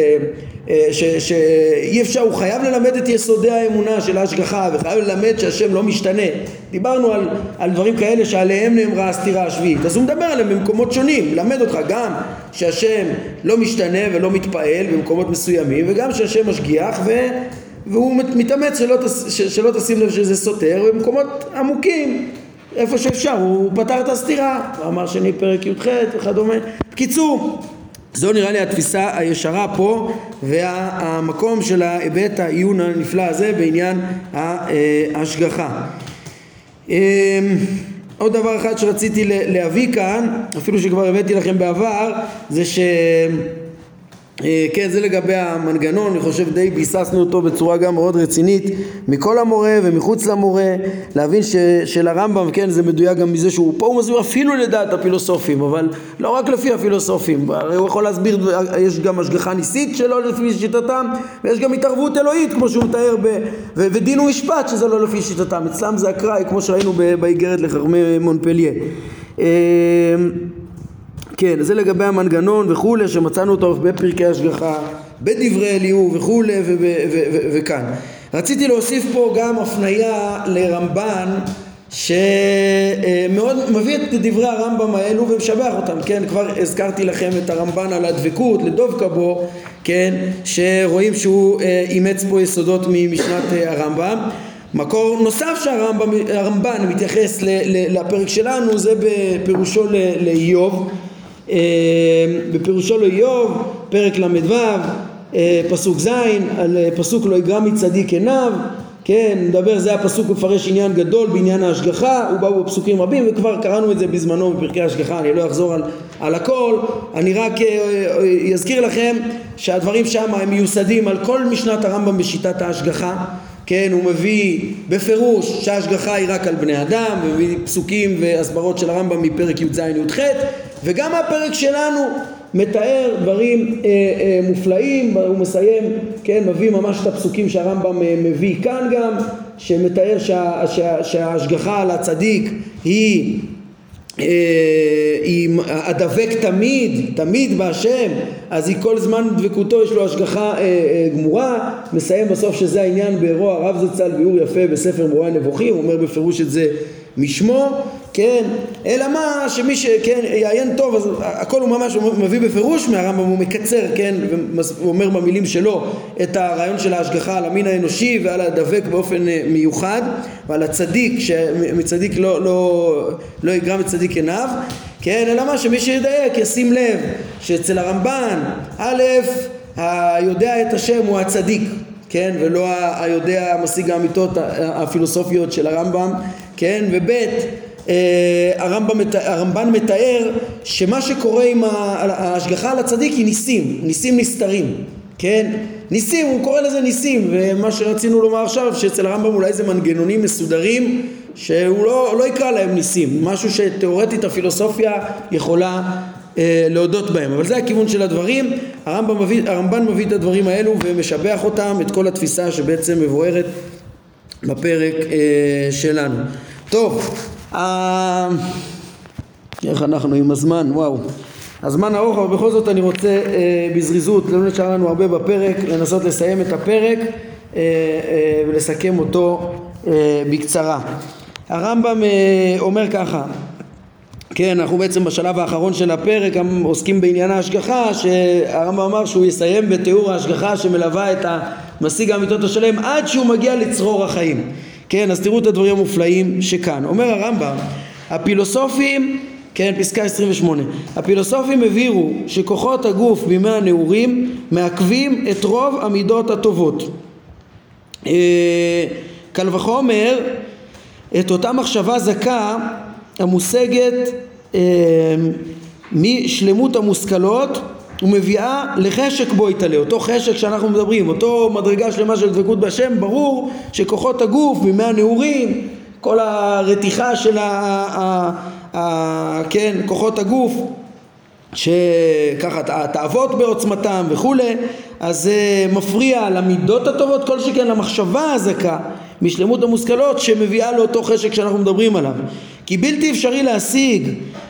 שאי אפשר, הוא חייב ללמד את יסודי האמונה של ההשגחה, וחייב ללמד שהשם לא משתנה. דיברנו על דברים כאלה שעליהם נאמרה הסתירה השביעית, אז הוא מדבר עליהם במקומות שונים, למד אותך גם שהשם לא משתנה ולא מתפעל במקומות מסוימים, וגם שהשם משגיח והוא מתאמץ שלא תשים לב שזה סותר, במקומות עמוקים איפה שאפשר הוא פתר את הסתירה, הוא אמר שני פרק י"ח וכדומה. בקיצור, זו נראה לי התפיסה הישרה פה, והמקום של ההיבט העיון הנפלא הזה בעניין ההשגחה. עוד דבר אחד שרציתי להביא כאן, אפילו שכבר הבאתי לכם בעבר, זה כן, זה לגבי המנגנון, אני חושב די ביססנו אותו בצורה גם מאוד רצינית מכל המורה ומחוץ למורה, להבין של הרמב"ם, כן, זה מדויק גם מזה שהוא פה הוא מסביר אפילו לדעת הפילוסופים, אבל לא רק לפי הפילוסופים, הרי הוא יכול להסביר, יש גם השגחה ניסית שלא לפי שיטתם, ויש גם התערבות אלוהית כמו שהוא מתאר, ודין ומשפט שזה לא לפי שיטתם, אצלם זה אקראי כמו שראינו באיגרת לחכמי מונפליה. כן, זה לגבי המנגנון וכולי, שמצאנו אותו בפרקי השגחה, בדברי אליהו וכולי וכאן. רציתי להוסיף פה גם הפניה לרמב"ן, שמאוד מביא את דברי הרמב"ם האלו ומשבח אותם, כן, כבר הזכרתי לכם את הרמב"ן על הדבקות, לדבקה בו, כן, שרואים שהוא אימץ פה יסודות ממשנת הרמב"ם. מקור נוסף שהרמב"ן מתייחס לפרק שלנו, זה בפירושו לאיוב, בפירושו לאיוב, פרק למדו, פסוק זין, על פסוק לא יגרע מצדיק עיניו, כן, נדבר, זה הפסוק מפרש עניין גדול בעניין ההשגחה, הוא בא בפסוקים רבים וכבר קראנו את זה בזמנו בפרקי ההשגחה, אני לא אחזור על הכל, אני רק אזכיר לכם שהדברים שם הם מיוסדים על כל משנת הרמב"ם בשיטת ההשגחה, כן, הוא מביא בפירוש שההשגחה היא רק על בני אדם, מביא פסוקים והסברות של הרמב"ם מפרק י"ז י"ח, וגם הפרק שלנו מתאר דברים מופלאים, הוא מסיים, כן, מביא ממש את הפסוקים שהרמב"ם מביא כאן גם, שמתאר שההשגחה על הצדיק היא הדבק תמיד בהשם, אז היא כל זמן דבקותו יש לו השגחה גמורה. מסיים בסוף שזה העניין באירוע הרב זצ"ל ביאור יפה בספר מורה נבוכים, הוא אומר בפירוש את זה משמו, כן, אלא מה שמי שכן יעיין טוב, אז הכל הוא ממש מביא בפירוש מהרמב"ם, הוא מקצר, כן, הוא אומר במילים שלו את הרעיון של ההשגחה על המין האנושי ועל הדבק באופן מיוחד, ועל הצדיק, שמצדיק לא יגרע מצדיק עיניו, כן, אלא מה שמי שידייק ישים לב שאצל הרמב"ן א' היודע את השם הוא הצדיק, כן, ולא היודע משיג האמיתות הפילוסופיות של הרמב"ם, כן, ובית הרמב"ן מתאר שמה שקורה עם ההשגחה על הצדיק היא ניסים נסתרים, כן, ניסים, הוא קורא לזה ניסים, ומה שרצינו לומר עכשיו שאצל הרמב"ם אולי זה מנגנונים מסודרים שהוא לא יקרא להם ניסים, משהו שתיאורטית הפילוסופיה יכולה להודות בהם, אבל זה הכיוון של הדברים. הרמב"ן מביא את הדברים האלו ומשבח אותם, את כל התפיסה שבעצם מבוארת בפרק שלנו. טוב, איך אנחנו עם הזמן? וואו, הזמן ארוך, אבל בכל זאת אני רוצה בזריזות, לא נשאר לנו הרבה בפרק, לנסות לסיים את הפרק ולסכם אותו בקצרה. הרמב"ם אומר ככה, כן, אנחנו בעצם בשלב האחרון של הפרק גם עוסקים בעניין ההשגחה, שהרמב"ם אמר שהוא יסיים בתיאור ההשגחה שמלווה את המשיג האמיתות השלם עד שהוא מגיע לצרור החיים. כן, אז תראו את הדברים המופלאים שכאן. אומר הרמב"ם, הפילוסופים, כן, פסקה 28, הפילוסופים הבהירו שכוחות הגוף בימי הנעורים מעכבים את רוב המידות הטובות. קל וחומר את אותה מחשבה זכה המושגת משלמות המושכלות ומביאה לחשק בו יתעלה, אותו חשק שאנחנו מדברים, אותו מדרגה שלמה של דבקות בהשם. ברור שכוחות הגוף בימי הנעורים, כל הרתיחה של כן, כוחות הגוף שככה התאוות בעוצמתם וכולי, אז זה מפריע למידות הטובות, כל שכן למחשבה הזכה משלמות המושכלות שמביאה לאותו חשק שאנחנו מדברים עליו, כי בלתי אפשרי להשיג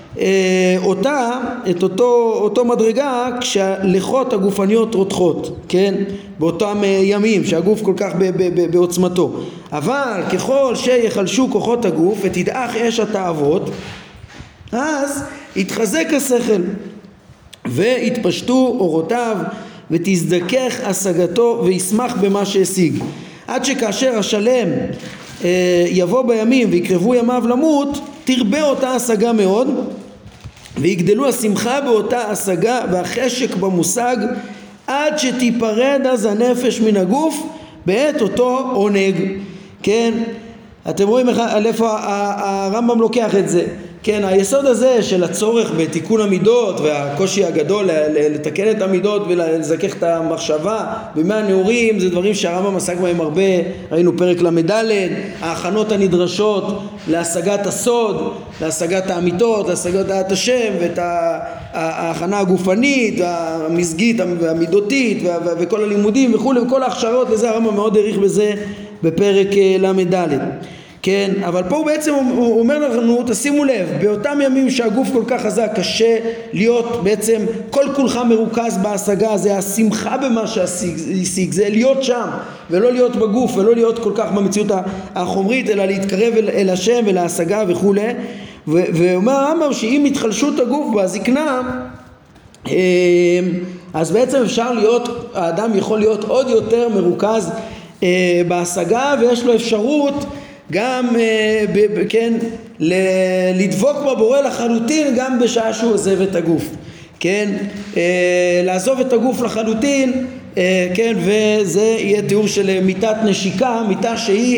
את אותו מדרגה כשהלכות הגופניות רותחות, כן, באותם ימים שהגוף כל כך בעוצמתו. אבל ככל שיחלשו כוחות הגוף ותדעך אש התאוות, אז יתחזק השכל והתפשטו אורותיו ותזדכך השגתו וישמח במה שהשיג, עד שכאשר השלם יבוא בימים ויקרבו ימיו למות, תרבה אותה השגה מאוד ויגדלו השמחה באותה השגה והחשק במושג, עד שתיפרד אז הנפש מן הגוף בעת אותו עונג. כן, אתם רואים איפה הרמב"ם לוקח את זה. כן, היסוד הזה של הצורך בתיקון המידות והקושי הגדול לתקן את המידות ולזכך את המחשבה בימי הנעורים, זה דברים שהרמב"ם עסק בהם הרבה. ראינו פרק למד, ההכנות הנדרשות להשגת הסוד, להשגת האמיתות, להשגת דעת השם, ואת ההכנה הגופנית והמזגית והמידותית וכל הלימודים וכו', וכל ההכשרות לזה הרמב"ם מאוד העריך בזה בפרק למד. כן, אבל פה הוא בעצם הוא אומר לנו, תשימו לב, באותם ימים שהגוף כל כך חזק, קשה להיות בעצם כל כולך מרוכז בהשגה, זה השמחה במה שהשיג, זה להיות שם ולא להיות בגוף ולא להיות כל כך במציאות החומרית, אלא להתקרב אל השם ולהשגה וכו'. ואומר הרמב"ם שאם התחלשות הגוף בזקנה, אז בעצם אפשר להיות, האדם יכול להיות עוד יותר מרוכז בהשגה, ויש לו אפשרות גם כן לדבוק בבורא לחלוטין גם בשעה שהוא עוזב את הגוף, כן, לעזוב את הגוף לחלוטין, כן, וזה יהיה תיאור של מיתת נשיקה, מיתה שהיא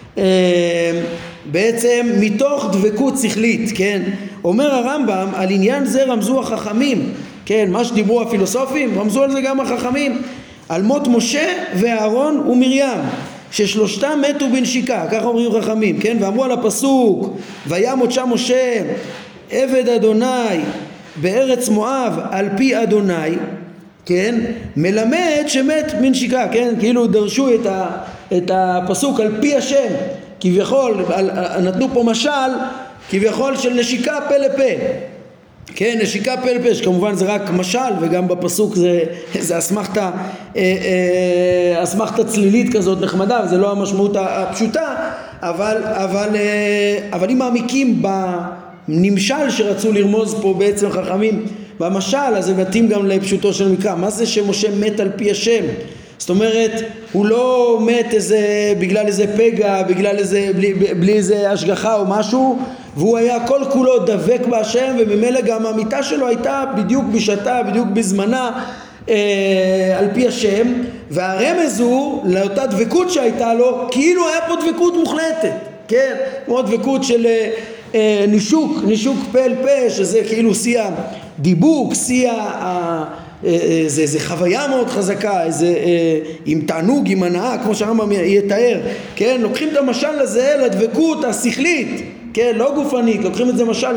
בעצם מתוך דבקות שכלית, כן. אומר הרמב"ם על עניין זה רמזו החכמים, כן, מה שדיברו הפילוסופים רמזו על זה גם החכמים, על מות משה ואהרון ומרים ששלושתם מתו בנשיקה, כך אומרים חכמים, כן, ואמרו על הפסוק וימות שם משה עבד אדוני בארץ מואב על פי אדוני, כן, מלמד שמת בנשיקה, כן, כאילו דרשו את הפסוק על פי השם, כביכול נתנו פה משל כביכול של נשיקה פה לפה, כן, נשיקה פה לפה, שכמובן זה רק משל, וגם בפסוק זה אסמכתה צלילית כזאת נחמדה, וזה לא המשמעות הפשוטה, אבל אם מעמיקים בנמשל שרצו לרמוז פה בעצם חכמים במשל, אז זה מתאים גם לפשוטו של מקרא. מה זה שמשה מת על פי השם? זאת אומרת, הוא לא מת בגלל איזה פגע, בלי איזה השגחה או משהו, והוא היה כל כולו דבק בהשם, וממילא גם המיטה שלו הייתה בדיוק בשעתה, בדיוק בזמנה, על פי השם. והרמז הוא לאותה דבקות שהייתה לו, כאילו היה פה דבקות מוחלטת, כן, כמו דבקות של נישוק פה אל פה, שזה כאילו שיא הדיבוק, שיא זה חוויה מאוד חזקה, עם תענוג, עם הנאה, כמו שהרמב"ם יתאר, כן, לוקחים את המשל הזה לדבקות השכלית, כן, לא גופנית, לוקחים את זה משל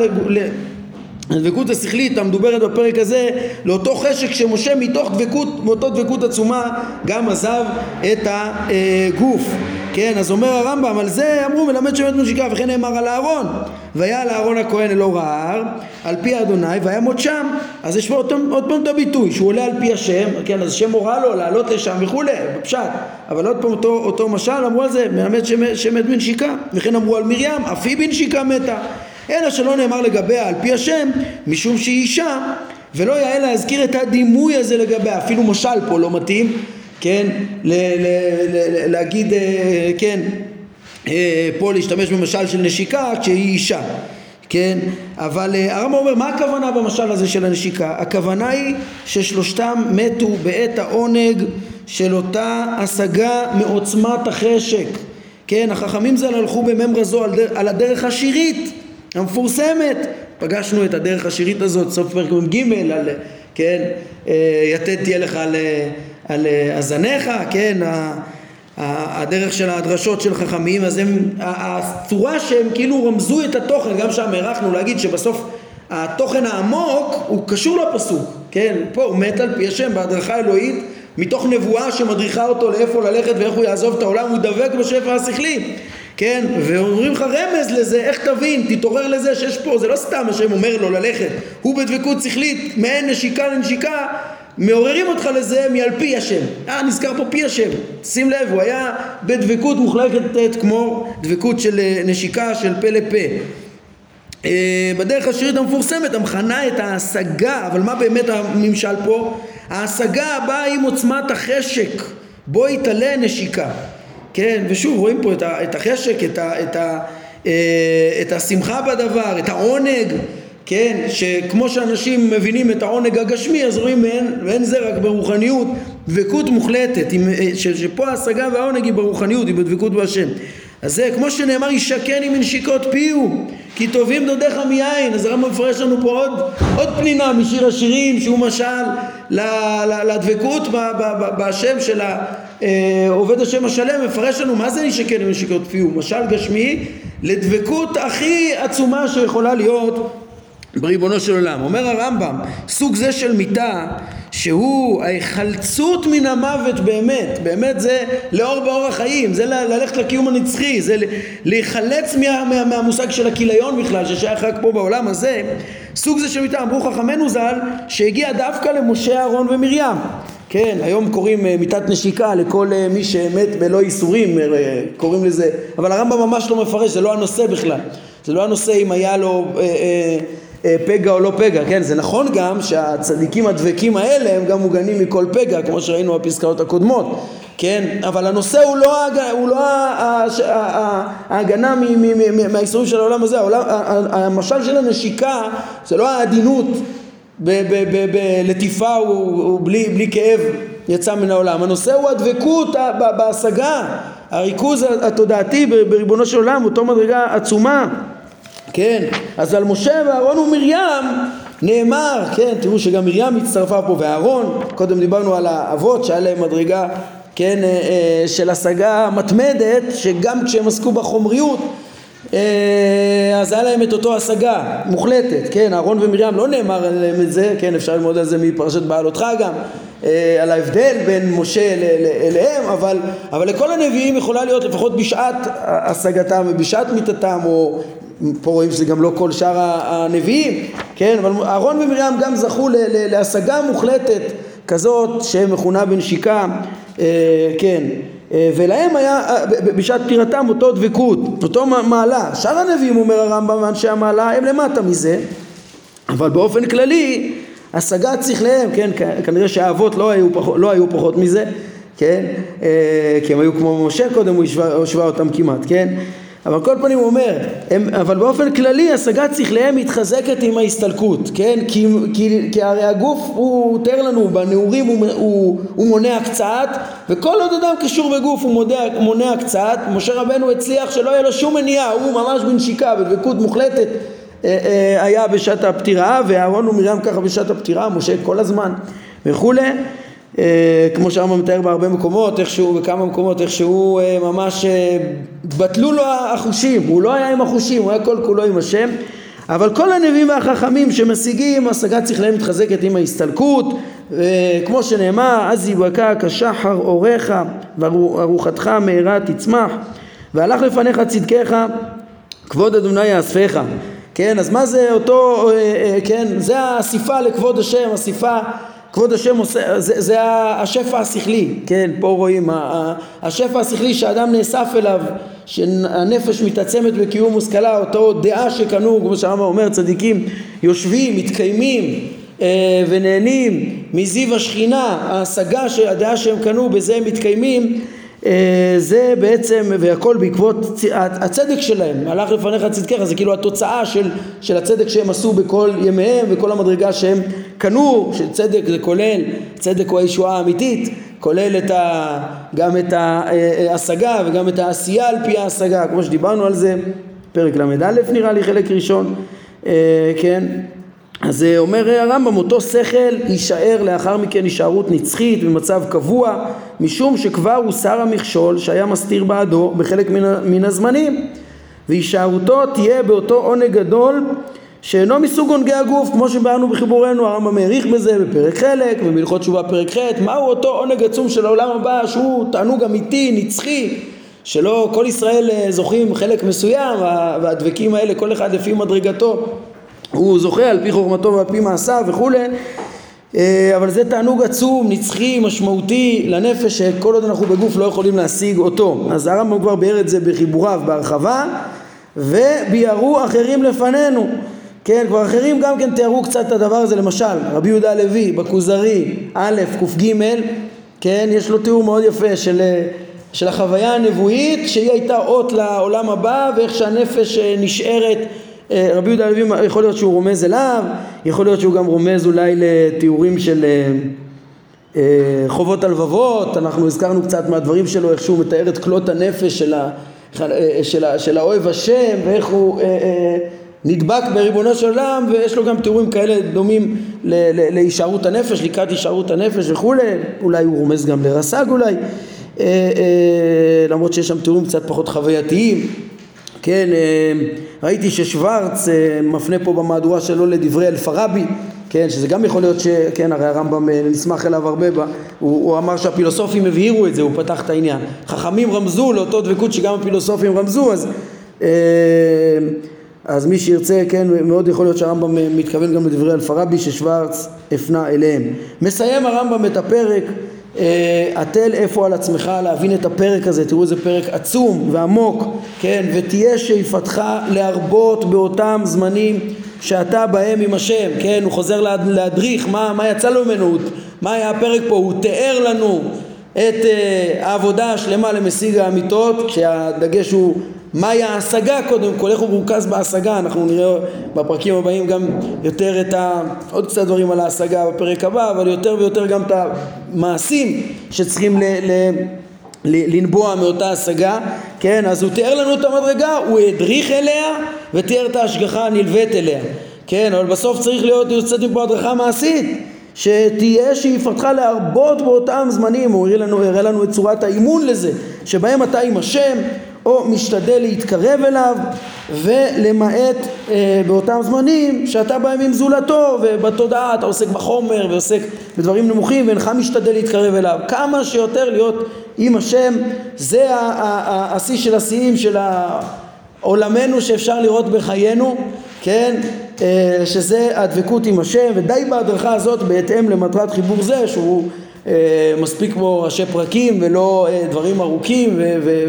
לדבקות השכלית המדוברת בפרק הזה, לאותו חשק שמשה מאותו דבקות עצומה גם עזב את הגוף, כן. אז אומר הרמב"ם על זה אמרו מלמד שמת בנשיקה, וכן נאמר על אהרון והיה לאהרון הכהן אלאור ההר על פי אדוני וימות שם. אז יש פה עוד פעם את הביטוי שהוא עולה על פי השם, כן, אז השם הורה לו לעלות לשם וכולי בפשט, אבל עוד פעם אותו משל אמרו על זה מלמד שמת בנשיקה, וכן אמרו על מרים אף היא בנשיקה מתה, אלא שלא נאמר לגביה על פי השם משום שהיא אישה, ולא יאה להזכיר את הדימוי הזה לגביה. אפילו משל פה לא מתאים, כן, להגיד, כן, פה להשתמש במשל של נשיקה כשהיא אישה, כן. אבל הרמב"ם אומר מה הכוונה במשל הזה של הנשיקה? הכוונה היא ששלושתם מתו בעת העונג של אותה השגה מעוצמת החשק, כן. החכמים ז"ל הלכו בממרה זו על הדרך השירית המפורסמת, פגשנו את הדרך השירית הזאת סוף פרק ג' על, כן, יתד תהיה לך על אזניך, כן, הדרך של הדרשות של חכמים. אז הצורה שהם כאילו רמזו את התוכן, גם שם ערכנו להגיד שבסוף התוכן העמוק הוא קשור לפסוק, כן, פה הוא מת על פי השם בהדרכה אלוהית מתוך נבואה שמדריכה אותו לאיפה ללכת ואיך הוא יעזוב את העולם, הוא דבק בשפע השכלי, כן, ואומרים לך רמז לזה, איך תבין, תתעורר לזה שיש פה, זה לא סתם השם אומר לו ללכת, הוא בדבקות שכלית, מעין נשיקה לנשיקה, מעוררים אותך לזה מעל פי השם. נזכר פה פי השם, שים לב, הוא היה בדבקות מוחלטת כמו דבקות של נשיקה של פה לפה. בדרך השירית המפורסמת המכנה את ההשגה, אבל מה באמת הממשל פה? ההשגה הבאה עם עוצמת החשק בו יתעלה נשיקה, כן, ושוב רואים פה את החשק, את השמחה בדבר, את העונג, כן, שכמו שאנשים מבינים את העונג הגשמי, אז רואים ואין זה רק ברוחניות, דבקות מוחלטת, שפה ההשגה והעונג היא ברוחניות, היא בדבקות בהשם. אז זה כמו שנאמר ישכן עם נשיקות פיהו, כי טובים דודיך מיין. אז הרמב"ם מפרש לנו פה עוד פנינה משיר השירים, שהוא משל לדבקות בשם של עובד השם השלם. מפרש לנו מה זה נשקר ונשקר תפי, הוא משל גשמי לדבקות הכי עצומה שיכולה להיות בריבונו של עולם. אומר הרמב"ם, סוג זה של מיתה שהוא ההיחלצות מן המוות באמת, באמת זה לאור באור החיים, זה ללכת לקיום הנצחי, זה להיחלץ מהמושג של הכיליון בכלל ששייך רק פה בעולם הזה. סוג זה של מיתה, אמרו חכמינו ז"ל, שהגיע דווקא למשה, אהרון ומרים. כן, היום קוראים מיתת נשיקה לכל מי שמת בלא איסורים, קוראים לזה, אבל הרמב"ם ממש לא מפרש, זה לא הנושא בכלל, זה לא הנושא אם היה לו פגע או לא פגע. כן, זה נכון גם שהצדיקים הדבקים האלה הם גם מוגנים מכל פגע, כמו שראינו בפסקאות הקודמות, כן, אבל הנושא הוא לא ההגנה מהאיסורים של העולם הזה. המשל של הנשיקה זה לא העדינות בלטיפה ובלי כאב יצא מן העולם. הנושא הוא הדבקות בהשגה, הריכוז התודעתי בריבונו של עולם, אותו מדרגה עצומה. כן, אז על משה ואהרון ומרים נאמר, כן, תראו שגם מרים הצטרפה פה ואהרון, קודם דיברנו על האבות שהיה להם מדרגה, כן, של השגה מתמדת, שגם כשהם עסקו בחומריות אז היה להם את אותו השגה מוחלטת. כן, אהרון ומרים לא נאמר עליהם את זה, כן, אפשר ללמוד על זה מפרשת בעלותך גם, על ההבדל בין משה אליהם, אבל לכל הנביאים יכולה להיות לפחות בשעת השגתם ובשעת מיתתם, או פה רואים שזה גם לא כל שאר הנביאים, כן, אבל אהרון ומרים גם זכו להשגה מוחלטת כזאת שמכונה בנשיקה, כן, ולהם היה בשעת פטירתם אותו דבקות, אותו מעלה. שאר הנביאים, אומר הרמב"ם, ואנשי המעלה הם למטה מזה, אבל באופן כללי השגת שכליהם, כן, כנראה שהאבות לא היו פחות מזה, כן, כי הם היו כמו משה קודם, הוא השווה אותם כמעט, כן, אבל כל פנים הוא אומר, אבל באופן כללי השגת שכליהם מתחזקת עם ההסתלקות, כן, כי הרי הגוף הוא תאר לנו, בנעורים הוא מונע קצת, וכל עוד אדם קשור בגוף הוא מונע קצת. משה רבנו הצליח שלא יהיה לו שום מניעה, הוא ממש בנשיקה, בדבקות מוחלטת היה בשעת הפטירה, ואהרון ומרים ככה בשעת הפטירה, משה כל הזמן וכולי. כמו שהרמב"ם מתאר בהרבה מקומות, בכמה מקומות, איך שהוא ממש בטלו לו החושים, הוא לא היה עם החושים, הוא היה כל כולו עם השם. אבל כל הנביאים והחכמים שמשיגים, השגת שכליהם מתחזקת עם ההסתלקות, כמו שנאמר, אז יבקע כשחר אורך וארוחתך מהרה תצמח, והלך לפניך צדקך כבוד אדוני יאספך. כן, אז מה זה אותו, כן, זה הסיפה לכבוד השם, הסיפה כבוד השם עושה, זה השפע השכלי, כן, פה רואים השפע השכלי שהאדם נאסף אליו, שהנפש מתעצמת בקיום מושכלה, אותו דעה שקנו, כמו שהרמב"ם אומר, צדיקים יושבים, מתקיימים ונהנים מזיו השכינה, ההשגה, הדעה שהם קנו, בזה הם מתקיימים, זה בעצם, והכל בעקבות הצדק שלהם. הלך לפניך צדקך, זה כאילו התוצאה של הצדק שהם עשו בכל ימיהם וכל המדרגה שהם קנו. שצדק זה כולל, צדק הוא הישועה האמיתית, כולל גם את ההשגה וגם את העשייה על פי ההשגה, כמו שדיברנו על זה פרק ל"א נראה לי חלק ראשון, כן. אז אומר הרמב"ם, אותו שכל יישאר לאחר מכן הישארות נצחית במצב קבוע, משום שכבר הוסר המכשול שהיה מסתיר בעדו בחלק מן הזמנים, והישארותו תהיה באותו עונג גדול שאינו מסוג עונגי הגוף, כמו שבאנו בחיבורנו. הרמב"ם מעריך בזה בפרק חלק ובהלכות תשובה פרק ח', מהו אותו עונג עצום של העולם הבא, שהוא תענוג אמיתי נצחי, שלא כל ישראל זוכים חלק מסוים, והדבקים האלה כל אחד לפי מדרגתו הוא זוכה על פי חוכמתו ועל פי מעשיו וכו', אבל זה תענוג עצום, נצחי, משמעותי לנפש, שכל עוד אנחנו בגוף לא יכולים להשיג אותו. אז הרמב"ם כבר ביאר את זה בחיבוריו בהרחבה, וביארו אחרים לפנינו, כן, כבר אחרים גם כן תיארו קצת את הדבר הזה. למשל רבי יהודה הלוי בכוזרי א' ק"ג, כן, יש לו תיאור מאוד יפה של החוויה הנבואית שהיא הייתה אות לעולם הבא, ואיך שהנפש נשארת. רבי יהודה הלוי יכול להיות שהוא רומז אליו, יכול להיות שהוא גם רומז אולי לתיאורים של חובות הלבבות. אנחנו הזכרנו קצת מהדברים שלו, איך שהוא מתאר את כלות הנפש של האוהב השם, ואיך הוא נדבק בריבונו של עולם, ויש לו גם תיאורים כאלה דומים להישארות הנפש, לקראת הישארות הנפש וכולי, אולי הוא רומז גם לרס"ג אולי, למרות שיש שם תיאורים קצת פחות חווייתיים. כן, ראיתי ששוורץ מפנה פה במהדורה שלו לדברי אלפרבי, כן, שזה גם יכול להיות שכן, הרי הרמב"ם נשמח אליו הרבה, הוא אמר שהפילוסופים הבהירו את זה, הוא פתח את העניין. חכמים רמזו לאותו דבקות שגם הפילוסופים רמזו, אז מי שירצה, כן, מאוד יכול להיות שהרמב"ם מתכוון גם לדברי אלפרבי ששוורץ הפנה אליהם. מסיים הרמב"ם את הפרק, אתל איפה על עצמך להבין את הפרק הזה, תראו איזה פרק עצום ועמוק, כן, ותהיה שאיפתך להרבות באותם זמנים שאתה בהם עם השם, כן, הוא חוזר להדריך מה יצא לו ממנו, מה היה הפרק פה, הוא תיאר לנו את העבודה השלמה למשיג האמיתות, כשהדגש הוא מהי ההשגה קודם כל, איך הוא מורכז בהשגה, אנחנו נראה בפרקים הבאים גם יותר עוד קצת דברים על ההשגה בפרק הבא, אבל יותר ויותר גם את המעשים שצריכים לנבוע מאותה השגה, כן, אז הוא תיאר לנו את המדרגה, הוא הדריך אליה ותיאר את ההשגחה הנלווית אליה, כן, אבל בסוף צריך לצאת מפה הדרכה מעשית, שתהיה שאיפתך להרבות באותם זמנים, הוא הראה לנו את צורת האימון לזה, שבהם אתה עם השם, או משתדל להתקרב אליו, ולמעט באותם זמנים שאתה בהם עם זולתו, ובתודעה אתה עוסק בחומר ועוסק בדברים נמוכים, ואינך משתדל להתקרב אליו. כמה שיותר להיות עם השם, זה השיא של השיאים של עולמנו שאפשר לראות בחיינו, כן, שזה הדבקות עם השם, ודי בהדרכה הזאת בהתאם למטרת חיבור זה, שהוא מספיק בו ראשי פרקים ולא דברים ארוכים,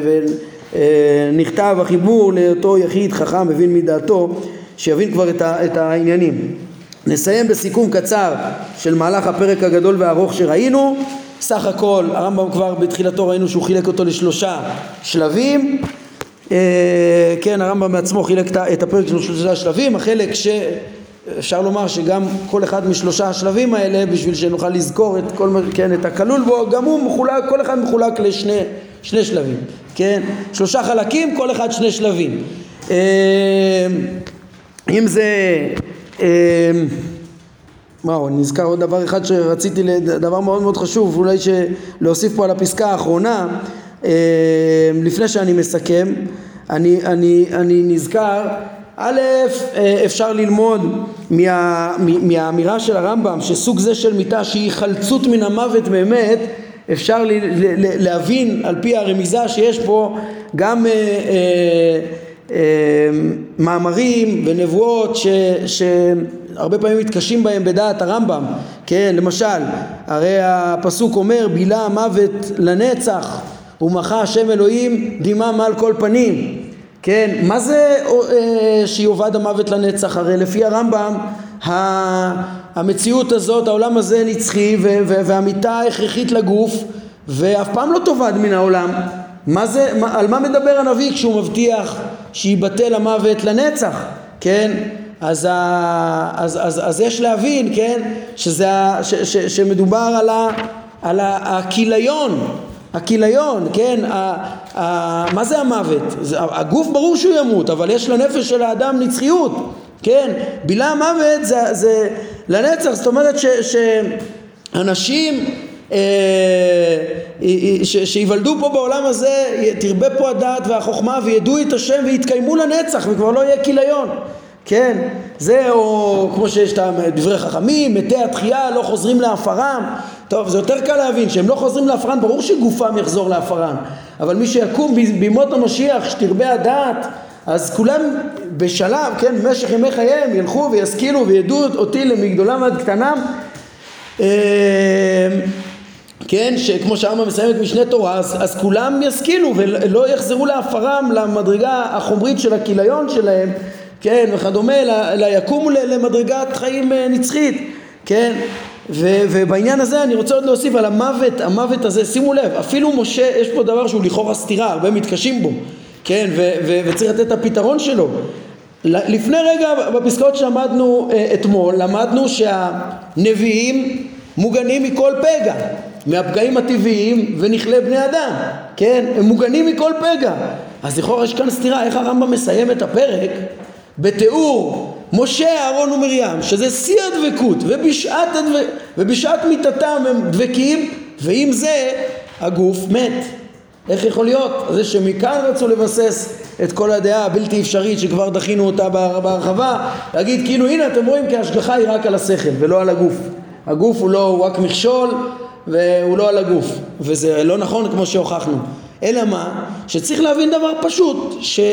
נכתב החיבור לאותו יחיד חכם מבין מדעתו שיבין כבר את העניינים. נסיים בסיכום קצר של מהלך הפרק הגדול והארוך שראינו. סך הכל הרמב"ם כבר בתחילתו ראינו שהוא חילק אותו לשלושה שלבים, כן, הרמב"ם בעצמו חילק את הפרק לשלושה שלבים. החלק שאפשר לומר שגם כל אחד משלושה השלבים האלה, בשביל שנוכל לזכור את כל, כן, את הכלול בו, גם הוא מחולק, כל אחד מחולק לשני שלבים, כן, שלושה חלקים, כל אחד שני שלבים. אם זה אני נזכר עוד דבר אחד שרציתי, דבר מאוד מאוד חשוב אולי להוסיף פה על הפסקה האחרונה, לפני שאני מסכם. אני נזכר, א', אפשר ללמוד מהאמירה של הרמב"ם שסוג זה של מיטה שהיא חלצות מן המוות באמת, אפשר להבין על פי הרמיזה שיש פה גם מאמרים ונבואות שהרבה פעמים מתקשים בהם בדעת הרמב"ם, כן, למשל הרי הפסוק אומר בילה המוות לנצח ומחה השם אלוהים דמעה על כל פנים, כן, מה זה שיובד המוות לנצח? הרי לפי הרמב"ם המציאות הזאת, העולם הזה נצחי והמיטה הכרחית לגוף ואף פעם לא תובד מן העולם. על מה מדבר הנביא כשהוא מבטיח שיבטל המוות לנצח, כן? אז יש להבין, כן, שמדובר על הכיליון, כן, מה זה המוות? הגוף ברור שהוא ימות, אבל יש לנפש של האדם נצחיות, כן, בילה המוות זה לנצח, זאת אומרת שאנשים שיוולדו פה בעולם הזה, תרבה פה הדעת והחוכמה וידעו את השם ויתקיימו לנצח וכבר לא יהיה כיליון, כן, זה או כמו שיש דברי חכמים, מתי התחייה לא חוזרים לעפרם. טוב, זה יותר קל להבין שהם לא חוזרים לעפרם, ברור שגופם יחזור לעפרם, אבל מי שיקום בימות המשיח שתרבה הדעת, אז כולם בשלב, כן, במשך ימי חייהם ילכו וישכילו וידעו אותי למגדולם עד קטנם, כן, שכמו שהרמב"ם מסיים את משנה תורה, אז כולם ישכילו ולא יחזרו לעפרם, למדרגה החומרית של הכיליון שלהם, כן, וכדומה, אלא יקומו למדרגת חיים נצחית, כן. ובעניין הזה אני רוצה עוד להוסיף על המוות הזה, שימו לב, אפילו משה, יש פה דבר שהוא לכאורה סתירה, הרבה מתקשים בו, כן, וצריך לתת את הפתרון שלו. לפני רגע בפסקאות שלמדנו אתמול, למדנו שהנביאים מוגנים מכל פגע, מהפגעים הטבעיים ונכלי בני אדם, כן, הם מוגנים מכל פגע. אז לכאורה יש כאן סתירה, איך הרמב"ם מסיים את הפרק בתיאור משה, אהרון ומרים, שזה שיא הדבקות, ובשעת מיתתם הם דבקים, ועם זה הגוף מת. איך יכול להיות? זה שמכאן רצו לבסס את כל הדעה הבלתי אפשרית שכבר דחינו אותה בהרחבה, להגיד כאילו הנה אתם רואים כי ההשגחה היא רק על השכל ולא על הגוף. הגוף הוא רק מכשול והוא לא על הגוף, וזה לא נכון כמו שהוכחנו. אלא מה? שצריך להבין דבר פשוט,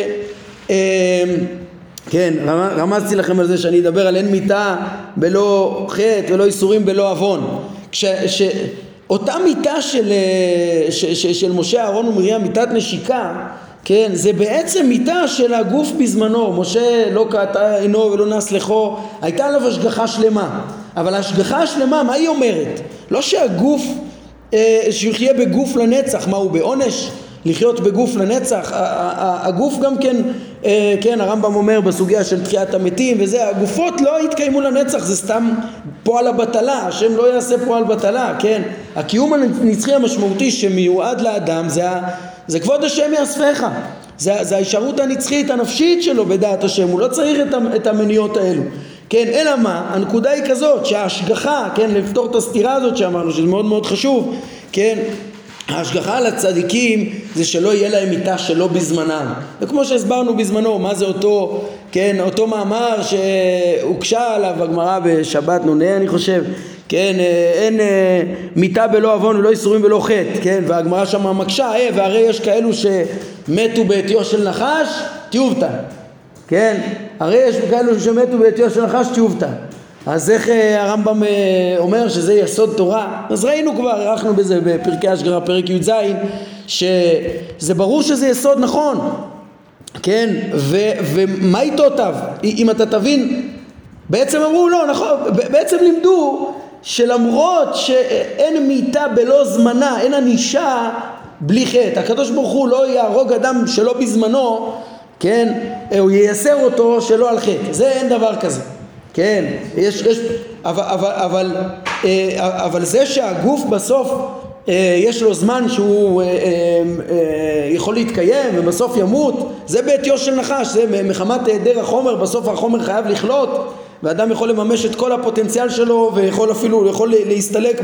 כן, רמזתי לכם על זה שאני אדבר על אין מיתה בלא חטא ולא איסורים בלא עוון. אותה מיתה של משה, אהרון ומרים, מיתת נשיקה, כן, זה בעצם מיתה של הגוף בזמנו. משה לא קעתה עינו ולא נס לחו, הייתה עליו השגחה שלמה. אבל ההשגחה השלמה, מה היא אומרת? לא שהגוף, שיחיה בגוף לנצח, מה הוא בעונש? לחיות בגוף לנצח. הגוף גם כן, כן, הרמב"ם אומר בסוגיה של תחיית המתים וזה, הגופות לא יתקיימו לנצח, זה סתם פועל הבטלה, השם לא יעשה פועל בטלה, כן. הקיום הנצחי המשמעותי שמיועד לאדם זה כבוד השם יאספך, זה ההישארות הנצחית הנפשית שלו בדעת השם, הוא לא צריך את המניעות האלו. כן, אלא מה? הנקודה היא כזאת שההשגחה, כן, לפתור את הסתירה הזאת שאמרנו שזה מאוד מאוד חשוב, כן, ההשגחה על הצדיקים זה שלא יהיה להם מיתה שלא בזמנם. וכמו שהסברנו בזמנו, מה זה אותו, כן, אותו מאמר שהוקשה עליו הגמרא בשבת נ"ה אני חושב, כן, אין מיתה בלא עוון ולא איסורים ולא חטא, כן, והגמרא שם מקשה, והרי יש כאלו שמתו בעטיו של נחש, תיובתא, כן, הרי יש כאלו שמתו בעטיו של נחש, תיובתא. אז איך הרמב"ם אומר שזה יסוד תורה? אז ראינו כבר, ערכנו בזה בפרקי השגחה פרק י"ז, שזה ברור שזה יסוד נכון, כן, ומה איתותיו? אם אתה תבין, בעצם אמרו לא, נכון, בעצם לימדו שלמרות שאין מיתה בלא זמנה, אין ענישה בלי חטא, הקדוש ברוך הוא לא יהרוג אדם שלא בזמנו, כן, הוא ייסר אותו שלא על חטא, זה אין דבר כזה. כן, אבל זה שהגוף בסוף יש לו זמן שהוא יכול להתקיים ובסוף ימות, זה בעטיו של נחש, זה מחמת היעדר החומר, בסוף החומר חייב לכלות ואדם יכול לממש את כל הפוטנציאל שלו ויכול אפילו להסתלק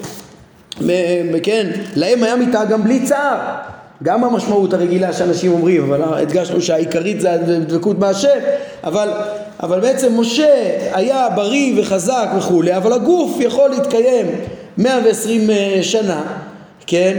כן, להם היה מיתה גם בלי צער, גם המשמעות הרגילה שאנשים אומרים, אבל הדגשנו שהעיקרית זה הדבקות בהשם, אבל בעצם משה היה בריא וחזק וכו', אבל הגוף יכול להתקיים 120 שנה, כן,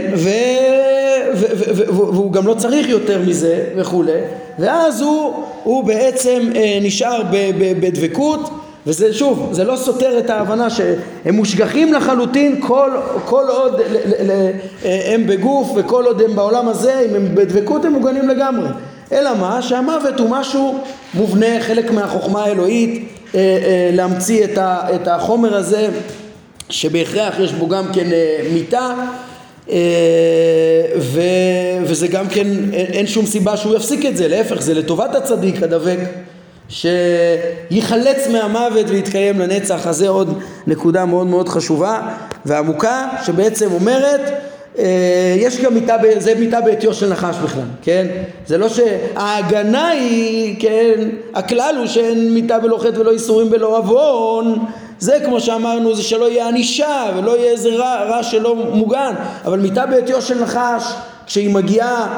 והוא גם לא צריך יותר מזה וכו', ואז הוא בעצם נשאר בדבקות, וזה שוב, זה לא סותר את ההבנה שהם מושגחים לחלוטין כל עוד הם בגוף וכל עוד הם בעולם הזה, אם הם בדבקות הם מוגנים לגמרי. אלא מה? שהמוות הוא משהו מובנה, חלק מהחוכמה האלוהית, להמציא את החומר הזה שבהכרח יש בו גם כן מיתה, וזה גם כן אין שום סיבה שהוא יפסיק את זה, להפך זה לטובת הצדיק הדבק שיחלץ מהמוות ויתקיים לנצח. אז זה עוד נקודה מאוד מאוד חשובה ועמוקה שבעצם אומרת יש גם מיתה, זה מיתה בעטיו של נחש בכלל, כן? זה לא שההגנה היא, כן, הכלל הוא שאין מיתה בלא חטא ולא איסורים בלא עוון, זה כמו שאמרנו, זה שלא יהיה ענישה ולא יהיה איזה רע שלא מוגן, אבל מיתה בעטיו של נחש כשהיא מגיעה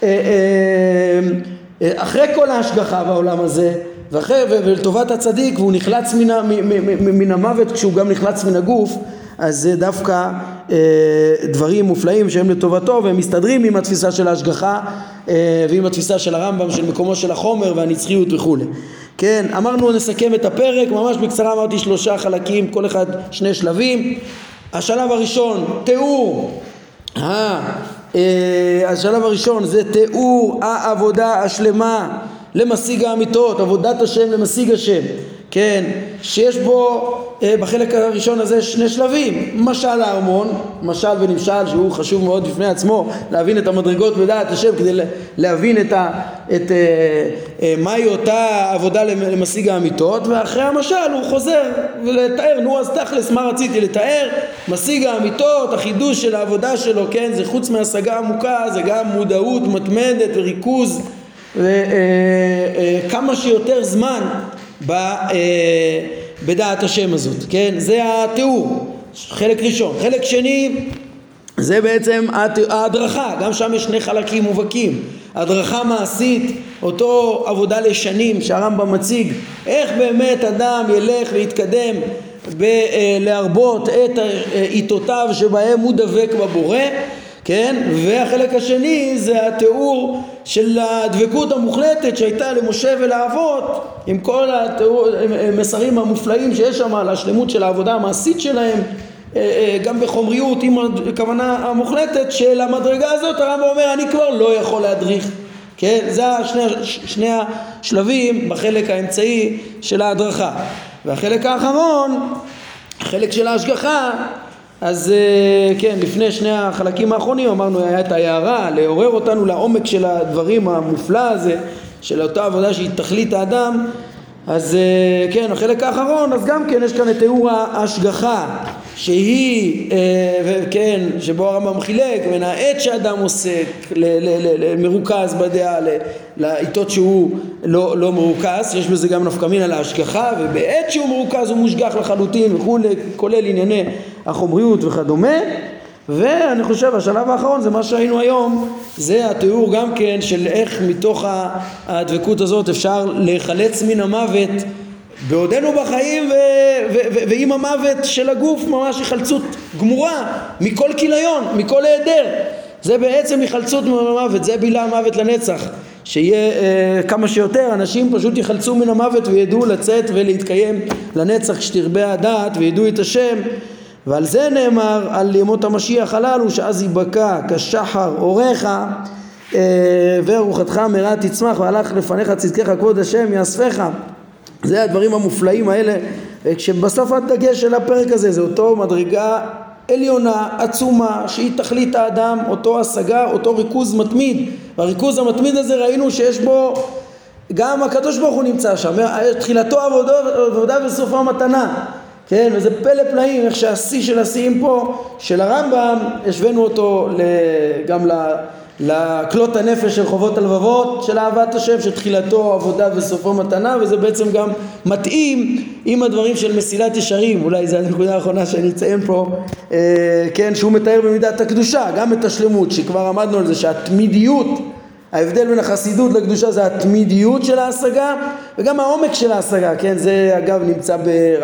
אחרי כל ההשגחה בעולם הזה ולטובת הצדיק והוא נחלץ מן המוות כשהוא גם נחלץ מן הגוף, אז זה דווקא דברים מופלאים שהם לטובתו והם מסתדרים עם התפיסה של ההשגחה ועם התפיסה של הרמב"ם של מקומו של החומר והנצחיות וכו'. כן, אמרנו נסכם את הפרק ממש בקצרה, אמרתי 3 חלקים, כל אחד 2 שלבים. השלב הראשון תיאור, השלב הראשון זה תיאור העבודה השלמה למשיג האמיתות, עבודת השם למשיג השם, כן, שיש בו בחלק הראשון הזה 2 שלבים, משל הארמון, משל ונמשל שהוא חשוב מאוד בפני עצמו, להבין את המדרגות בדעת השם כדי להבין מהי אותה עבודה למשיג האמיתות, ואחרי המשל הוא חוזר ולתאר, נו אז תכלס מה רציתי לתאר, משיג האמיתות, החידוש של העבודה שלו, כן, זה חוץ מהשגה עמוקה, זה גם מודעות מתמדת וריכוז כמה שיותר זמן בדעת השם הזאת, כן? זה התיאור, חלק ראשון. חלק שני זה בעצם ההדרכה, גם שם יש שני חלקים מובהקים. הדרכה מעשית, אותו עבודה לשנים שהרמב"ם מציג, איך באמת אדם ילך ויתקדם להרבות את עיתותיו שבהם הוא דבק בבורא, כן? והחלק השני זה התיאור של הדבקות המוחלטת שהייתה למשה ולאבות, עם כל המסרים המופלאים שיש שם על השלמות של העבודה המעשית שלהם, גם בחומריות, עם הכוונה המוחלטת של המדרגה הזאת. הרמב"ם אומר אני כבר לא יכול להדריך, כן? זה שני השלבים בחלק האמצעי של ההדרכה. והחלק האחרון, החלק של ההשגחה, אז כן, לפני שני החלקים האחרונים אמרנו היה את ההערה לעורר אותנו לעומק של הדברים המופלא הזה, של אותה עבודה שהיא תכלית האדם. אז כן, החלק האחרון, אז גם כן יש כאן את תיאור ההשגחה שהיא, כן, שבו הרמב"ם חילק בין העת שאדם עוסק מרוכז בדעה לעיתות שהוא לא מרוכז, יש בזה גם נפקא מינה להשגחה, ובעת שהוא מרוכז הוא מושגח לחלוטין וכו', כולל ענייני החומריות וכדומה. ואני חושב השלב האחרון זה מה שהיינו היום, זה התיאור גם כן של איך מתוך הדבקות הזאת אפשר לחלץ מן המוות בעודנו בחיים ועם המוות של הגוף, ממש החלצות גמורה מכל כיליון, מכל היעדר. זה בעצם החלצות מהמוות, זה בילה המוות לנצח, שיהיה כמה שיותר אנשים פשוט יחלצו מן המוות וידעו לצאת ולהתקיים לנצח כשתרבה הדעת וידעו את השם. ועל זה נאמר על ימות המשיח הללו, שאז ייבקע כשחר אורך ורוחתך מהרה תצמח והלך לפניך צדקך כבוד השם יאספך. זה הדברים המופלאים האלה, כשבסוף הדגש של הפרק הזה זה אותו מדרגה עליונה עצומה שהיא תכלית האדם, אותו השגה, אותו ריכוז מתמיד. והריכוז המתמיד הזה ראינו שיש בו גם הקדוש ברוך הוא נמצא שם, תחילתו עבודה וסופו מתנה, כן? וזה פלא פלאים איך שהשיא של השיאים פה של הרמב"ם השווינו אותו גם לכלות הנפש של חובות הלבבות של אהבת השם, שתחילתו עבודה וסופו מתנה, וזה בעצם גם מתאים עם הדברים של מסילת ישרים. אולי זו הנקודה האחרונה שאני אציין פה, כן, שהוא מתאר במידת הקדושה גם את השלמות, שכבר עמדנו על זה שהתמידיות, ההבדל בין החסידות לקדושה זה התמידיות של ההשגה וגם העומק של ההשגה, כן? זה אגב נמצא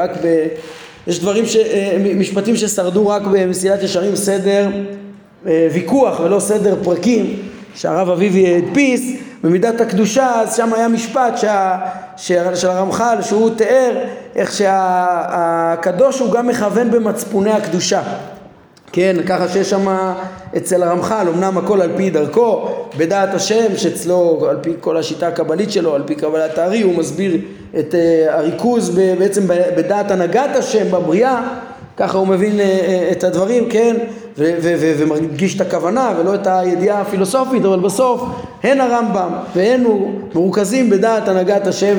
יש דברים משפטים ששרדו רק במסילת ישרים סדר ויכוח ולא סדר פרקים שהרב אביבי הדפיס. במידת הקדושה אז שם היה משפט של הרמח"ל שהוא תיאר איך שהקדוש הוא גם מכוון במצפוני הקדושה, כן, ככה שיש שם אצל הרמח"ל אמנם הכל על פי דרכו בדעת השם, שאצלו על פי כל השיטה הקבלית שלו, על פי קבלת הארי, הוא מסביר את הריכוז בעצם בדעת הנהגת השם בבריאה, ככה הוא מבין את הדברים, כן, ומרגיש את הכוונה ולא את הידיעה הפילוסופית, אבל בסוף הן הרמב"ם והן הוא מרוכזים בדעת הנהגת השם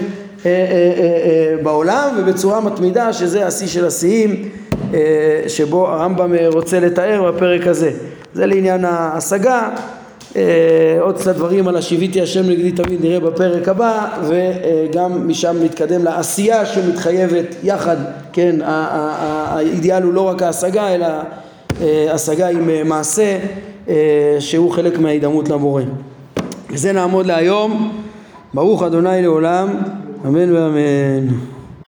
בעולם ובצורה מתמידה, שזה השיא של השיאים שבו הרמב"ם רוצה לתאר בפרק הזה. זה לעניין ההשגה. עוד קצת דברים על השיביתי השם נגדי תמיד נראה בפרק הבא, וגם משם נתקדם לעשייה שמתחייבת יחד, כן, האידיאל הוא לא רק ההשגה אלא השגה עם מעשה שהוא חלק מההידמות לבורא. וזה נעמוד להיום. ברוך אדוני לעולם, אמן ואמן.